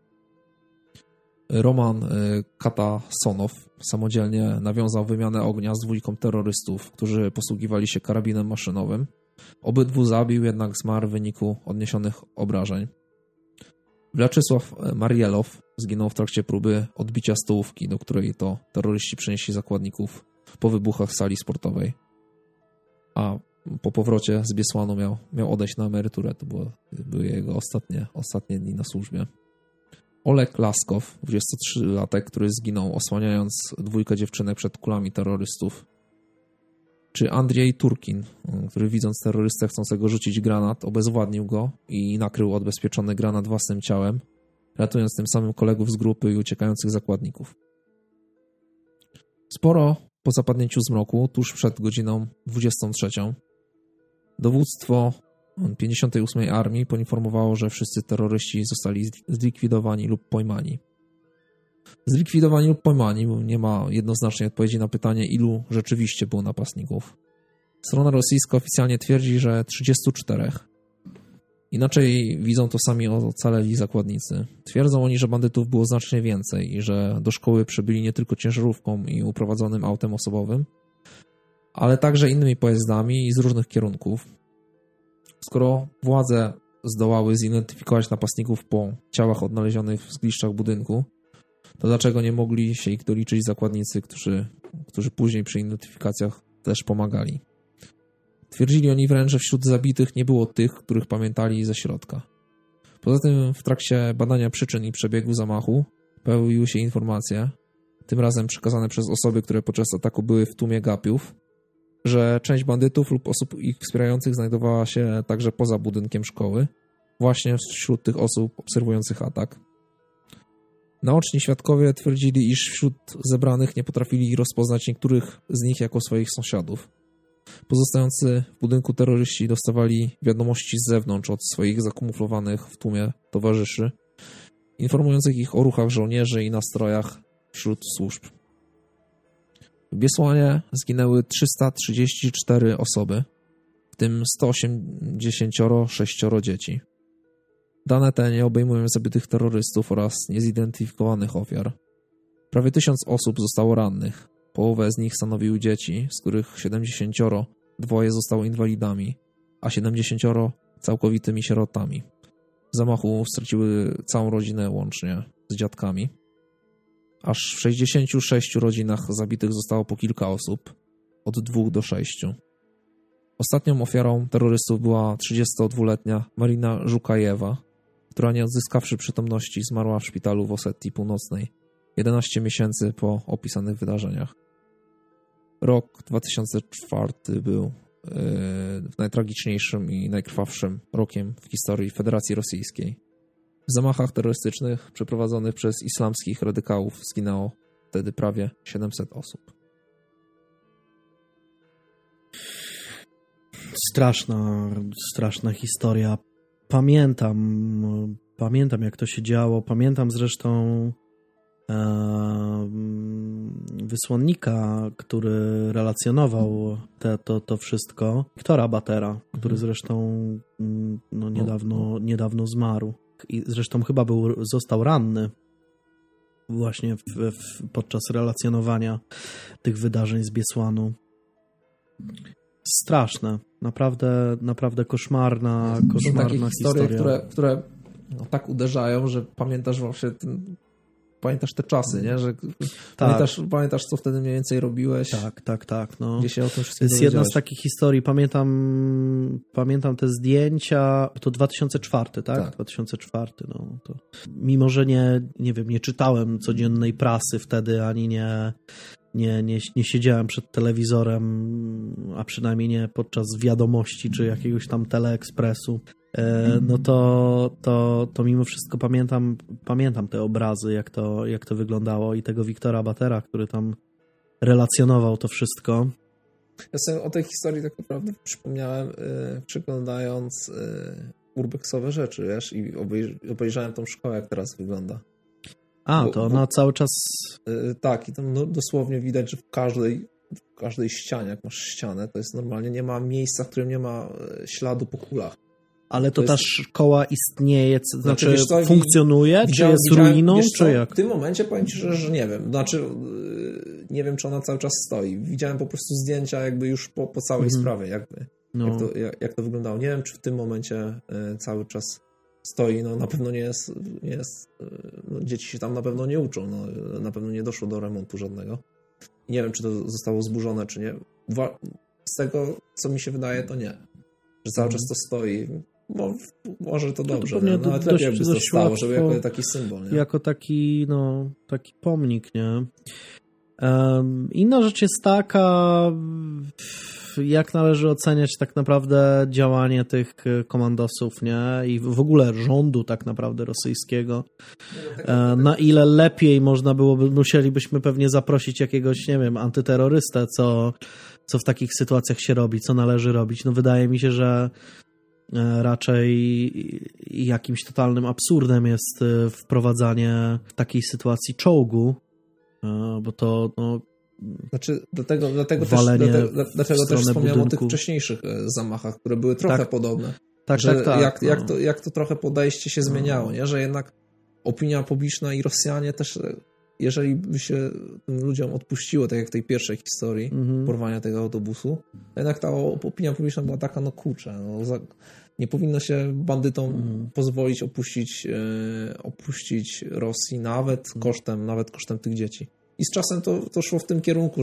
Roman Katasonow samodzielnie nawiązał wymianę ognia z 2 terrorystów, którzy posługiwali się karabinem maszynowym. Obydwu zabił, jednak zmarł w wyniku odniesionych obrażeń. Wlaczysław Marielow zginął w trakcie próby odbicia stołówki, do której to terroryści przenieśli zakładników po wybuchach w sali sportowej. A po powrocie z Biesłanu miał odejść na emeryturę. To były jego ostatnie dni na służbie. Oleg Laskow, 23-latek, który zginął osłaniając 2 dziewczynek przed kulami terrorystów. Czy Andrzej Turkin, który widząc terrorystę chcącego rzucić granat, obezwładnił go i nakrył odbezpieczony granat własnym ciałem, ratując tym samym kolegów z grupy i uciekających zakładników. Sporo po zapadnięciu zmroku, tuż przed godziną 23, dowództwo 58. Armii poinformowało, że wszyscy terroryści zostali zlikwidowani lub pojmani. Zlikwidowani lub pojmani, bo nie ma jednoznacznej odpowiedzi na pytanie, ilu rzeczywiście było napastników. Strona rosyjska oficjalnie twierdzi, że 34. Inaczej widzą to sami ocaleli zakładnicy. Twierdzą oni, że bandytów było znacznie więcej i że do szkoły przybyli nie tylko ciężarówką i uprowadzonym autem osobowym, ale także innymi pojazdami i z różnych kierunków. Skoro władze zdołały zidentyfikować napastników po ciałach odnalezionych w zgliszczach budynku, to dlaczego nie mogli się ich doliczyć zakładnicy, którzy później przy identyfikacjach też pomagali? Twierdzili oni wręcz, że wśród zabitych nie było tych, których pamiętali ze środka. Poza tym w trakcie badania przyczyn i przebiegu zamachu pojawiły się informacje, tym razem przekazane przez osoby, które podczas ataku były w tłumie gapiów, że część bandytów lub osób ich wspierających znajdowała się także poza budynkiem szkoły, właśnie wśród tych osób obserwujących atak. Naoczni świadkowie twierdzili, iż wśród zebranych nie potrafili rozpoznać niektórych z nich jako swoich sąsiadów. Pozostający w budynku terroryści dostawali wiadomości z zewnątrz od swoich zakamuflowanych w tłumie towarzyszy, informujących ich o ruchach żołnierzy i nastrojach wśród służb. W Biesłanie zginęły 334 osoby, w tym 186 dzieci. Dane te nie obejmują zabitych terrorystów oraz niezidentyfikowanych ofiar. Prawie 1000 osób zostało rannych. Połowę z nich stanowiły dzieci, z których 72 zostało inwalidami, a 70 całkowitymi sierotami. W zamachu straciły całą rodzinę łącznie z dziadkami. Aż w 66 rodzinach zabitych zostało po kilka osób, od 2 do 6. Ostatnią ofiarą terrorystów była 32-letnia Marina Żukajewa, która nie odzyskawszy przytomności zmarła w szpitalu w Osetii Północnej 11 miesięcy po opisanych wydarzeniach. Rok 2004 był najtragiczniejszym i najkrwawszym rokiem w historii Federacji Rosyjskiej. W zamachach terrorystycznych przeprowadzonych przez islamskich radykałów zginęło wtedy prawie 700 osób. Straszna historia. Pamiętam jak to się działo. Pamiętam zresztą wysłannika, który relacjonował to wszystko. Wiktora Batera, który zresztą niedawno zmarł. I zresztą chyba został ranny właśnie podczas relacjonowania tych wydarzeń z Biesłanu. Straszne. Naprawdę koszmarna historia. które tak uderzają, że pamiętasz właśnie pamiętasz te czasy, nie? Że tak. Pamiętasz, co wtedy mniej więcej robiłeś. Tak. No. Gdzie się o tym wszystkim to jest jedna z takich historii. Pamiętam te zdjęcia. To 2004, tak? Tak. 2004, no. To, mimo, że nie czytałem codziennej prasy wtedy, ani nie siedziałem przed telewizorem, a przynajmniej nie podczas wiadomości, czy jakiegoś tam Teleekspresu, no to mimo wszystko pamiętam te obrazy, jak to wyglądało i tego Wiktora Batera, który tam relacjonował to wszystko. Ja sobie o tej historii tak naprawdę przypomniałem, przeglądając urbexowe rzeczy, wiesz, i obejrzałem tą szkołę, jak teraz wygląda. To ona cały czas... Tak, i tam dosłownie widać, że w każdej ścianie, jak masz ścianę, to jest normalnie, nie ma miejsca, w którym nie ma śladu po kulach. Ale to ta szkoła istnieje, znaczy funkcjonuje, czy jest ruiną, czy jak? W tym momencie powiem ci, że nie wiem. Znaczy, nie wiem, czy ona cały czas stoi. Widziałem po prostu zdjęcia jakby już po całej sprawie, jakby. No. Jak to wyglądało. Nie wiem, czy w tym momencie cały czas stoi. No na pewno nie jest no, dzieci się tam na pewno nie uczą. No, na pewno nie doszło do remontu żadnego. Nie wiem, czy to zostało zburzone, czy nie. Z tego, co mi się wydaje, to nie. Że cały czas to stoi. Bo może to dobrze, no, ale lepiej jakby to stało, żeby jako taki symbol. Nie? Jako taki pomnik, nie? Inna rzecz jest taka, jak należy oceniać tak naprawdę działanie tych komandosów, nie? I w ogóle rządu tak naprawdę rosyjskiego. Na ile lepiej musielibyśmy pewnie zaprosić jakiegoś, nie wiem, antyterrorystę, co w takich sytuacjach się robi, co należy robić. No wydaje mi się, że raczej jakimś totalnym absurdem jest wprowadzanie w takiej sytuacji czołgu, bo to znaczy dlatego też wspomniałem o tych wcześniejszych zamachach, które były trochę podobne. Tak. Jak to trochę podejście się zmieniało, nie? Że jednak opinia publiczna i Rosjanie też, jeżeli by się tym ludziom odpuściło, tak jak w tej pierwszej historii porwania tego autobusu, to jednak ta opinia publiczna była taka, nie powinno się bandytom pozwolić opuścić Rosji nawet kosztem tych dzieci. I z czasem to szło w tym kierunku,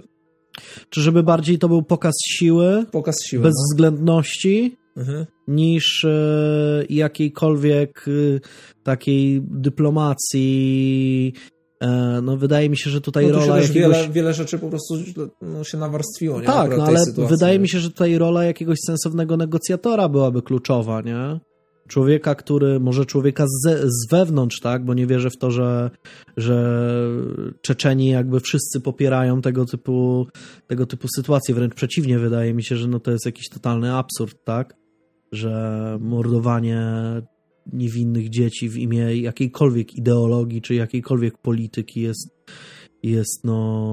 żeby bardziej to był pokaz siły bezwzględności, niż jakiejkolwiek takiej dyplomacji. No wydaje mi się, że tutaj rola wiele rzeczy po prostu się nawarstwiło. Nie? Tak, ale wydaje mi się, że tutaj rola jakiegoś sensownego negocjatora byłaby kluczowa, nie? Człowieka, człowieka z wewnątrz, tak? Bo nie wierzę w to, że Czeczeni jakby wszyscy popierają tego typu sytuacje. Wręcz przeciwnie, wydaje mi się, że to jest jakiś totalny absurd, tak? Że mordowanie niewinnych dzieci w imię jakiejkolwiek ideologii czy jakiejkolwiek polityki jest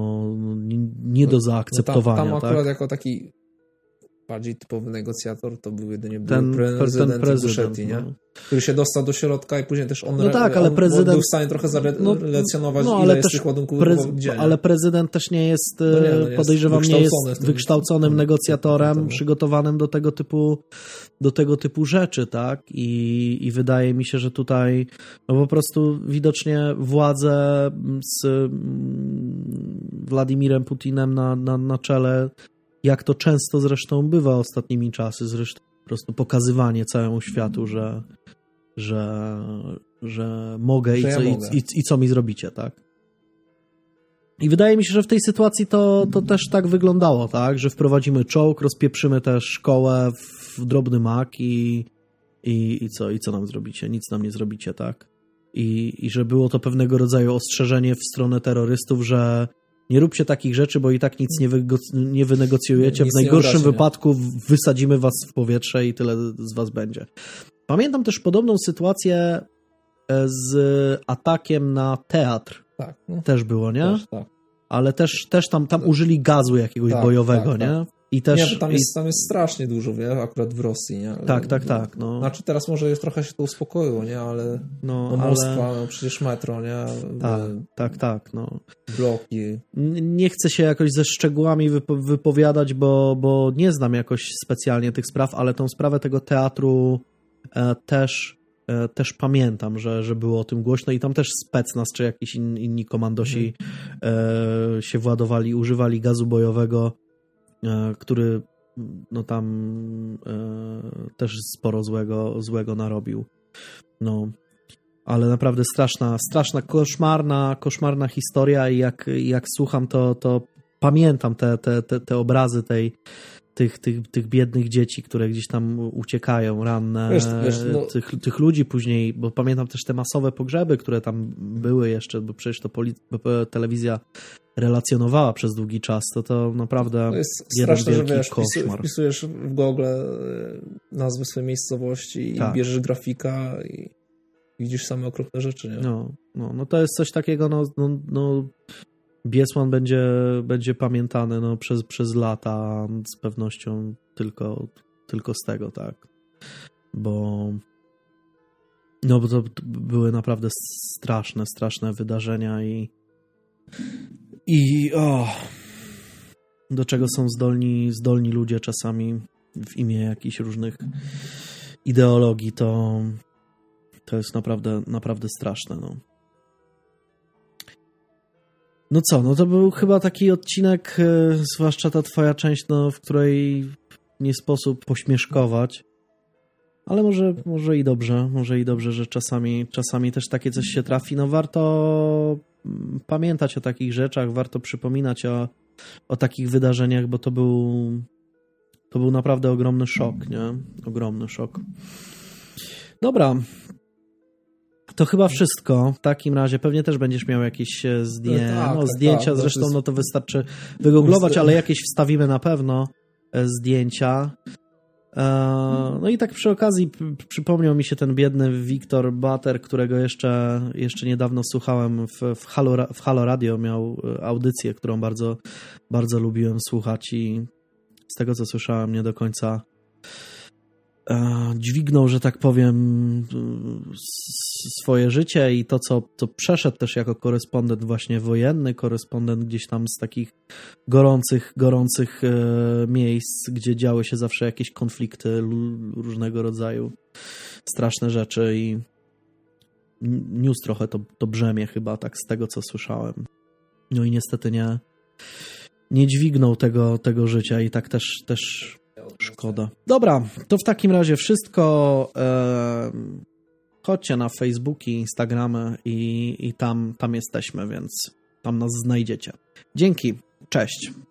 nie do zaakceptowania. Tam akurat tak? jako taki bardziej typowy negocjator to był jedynie prezydent Buszetti, nie? Który się dostał do środka i później też on był w stanie trochę zarelecjonować, ile jest tych ładunków gdzie. Ale prezydent też nie jest, podejrzewam, nie jest wykształconym negocjatorem, przygotowanym do tego typu rzeczy, tak? I wydaje mi się, że tutaj po prostu widocznie władze z Władimirem Putinem na czele, jak to często zresztą bywa ostatnimi czasy, zresztą po prostu pokazywanie całemu światu, że mogę, że i co mi zrobicie, tak? I wydaje mi się, że w tej sytuacji to też tak wyglądało, tak? Że wprowadzimy czołg, rozpieprzymy też szkołę w drobny mak i co nam zrobicie? Nic nam nie zrobicie, tak? I że było to pewnego rodzaju ostrzeżenie w stronę terrorystów, że nie róbcie takich rzeczy, bo i tak nic nie wynegocjujecie. W najgorszym wypadku wysadzimy was w powietrze i tyle z was będzie. Pamiętam też podobną sytuację z atakiem na teatr. Tak. No. Też było, nie? Też, tak. Ale też tam użyli gazu jakiegoś bojowego, nie? Tak. I też, nie, tam jest strasznie dużo, akurat w Rosji, nie? Ale, tak. No. Znaczy teraz może trochę się to uspokoiło, nie? Ale Moskwa, przecież metro, nie? Tak. No. Bloki. Nie chcę się jakoś ze szczegółami wypowiadać, bo nie znam jakoś specjalnie tych spraw, ale tą sprawę tego teatru też pamiętam, że było o tym głośno i tam też Specnaz czy jakiś inni komandosi się władowali, używali gazu bojowego, który no tam też sporo złego narobił. No, ale naprawdę straszna, koszmarna historia i jak słucham, to pamiętam te obrazy tych biednych dzieci, które gdzieś tam uciekają, ranne, tych ludzi później, bo pamiętam też te masowe pogrzeby, które tam były jeszcze, bo przecież to telewizja relacjonowała przez długi czas, to naprawdę to jest straszne, że wiesz, wpisujesz w Google nazwy swojej miejscowości i bierzesz grafika i widzisz same okropne rzeczy, nie? No to jest coś takiego, no Biesłan będzie pamiętany przez lata, z pewnością tylko z tego, tak. Bo to były naprawdę straszne wydarzenia i do czego są zdolni ludzie czasami w imię jakichś różnych ideologii, to jest naprawdę straszne, no. No co, no to był chyba taki odcinek, zwłaszcza ta twoja część, w której nie sposób pośmieszkować, ale może i dobrze, że czasami też takie coś się trafi. No warto pamiętać o takich rzeczach, warto przypominać o takich wydarzeniach, bo to był naprawdę ogromny szok, nie? Ogromny szok. Dobra. To chyba wszystko. W takim razie pewnie też będziesz miał jakieś zdjęcia. Zresztą to wystarczy wygooglować, ale jakieś wstawimy na pewno zdjęcia. No i tak przy okazji przypomniał mi się ten biedny Wiktor Butter, którego jeszcze niedawno słuchałem w Halo Radio. Miał audycję, którą bardzo, bardzo lubiłem słuchać i z tego, co słyszałem, nie do końca dźwignął, że tak powiem, swoje życie i to, co przeszedł też jako korespondent właśnie wojenny, korespondent gdzieś tam z takich gorących miejsc, gdzie działy się zawsze jakieś konflikty różnego rodzaju, straszne rzeczy i niósł trochę to brzemię chyba, tak z tego, co słyszałem. No i niestety nie dźwignął tego życia i tak też szkoda. Dobra, to w takim razie wszystko. Chodźcie na Facebooki, Instagramy i tam jesteśmy, więc tam nas znajdziecie. Dzięki, cześć.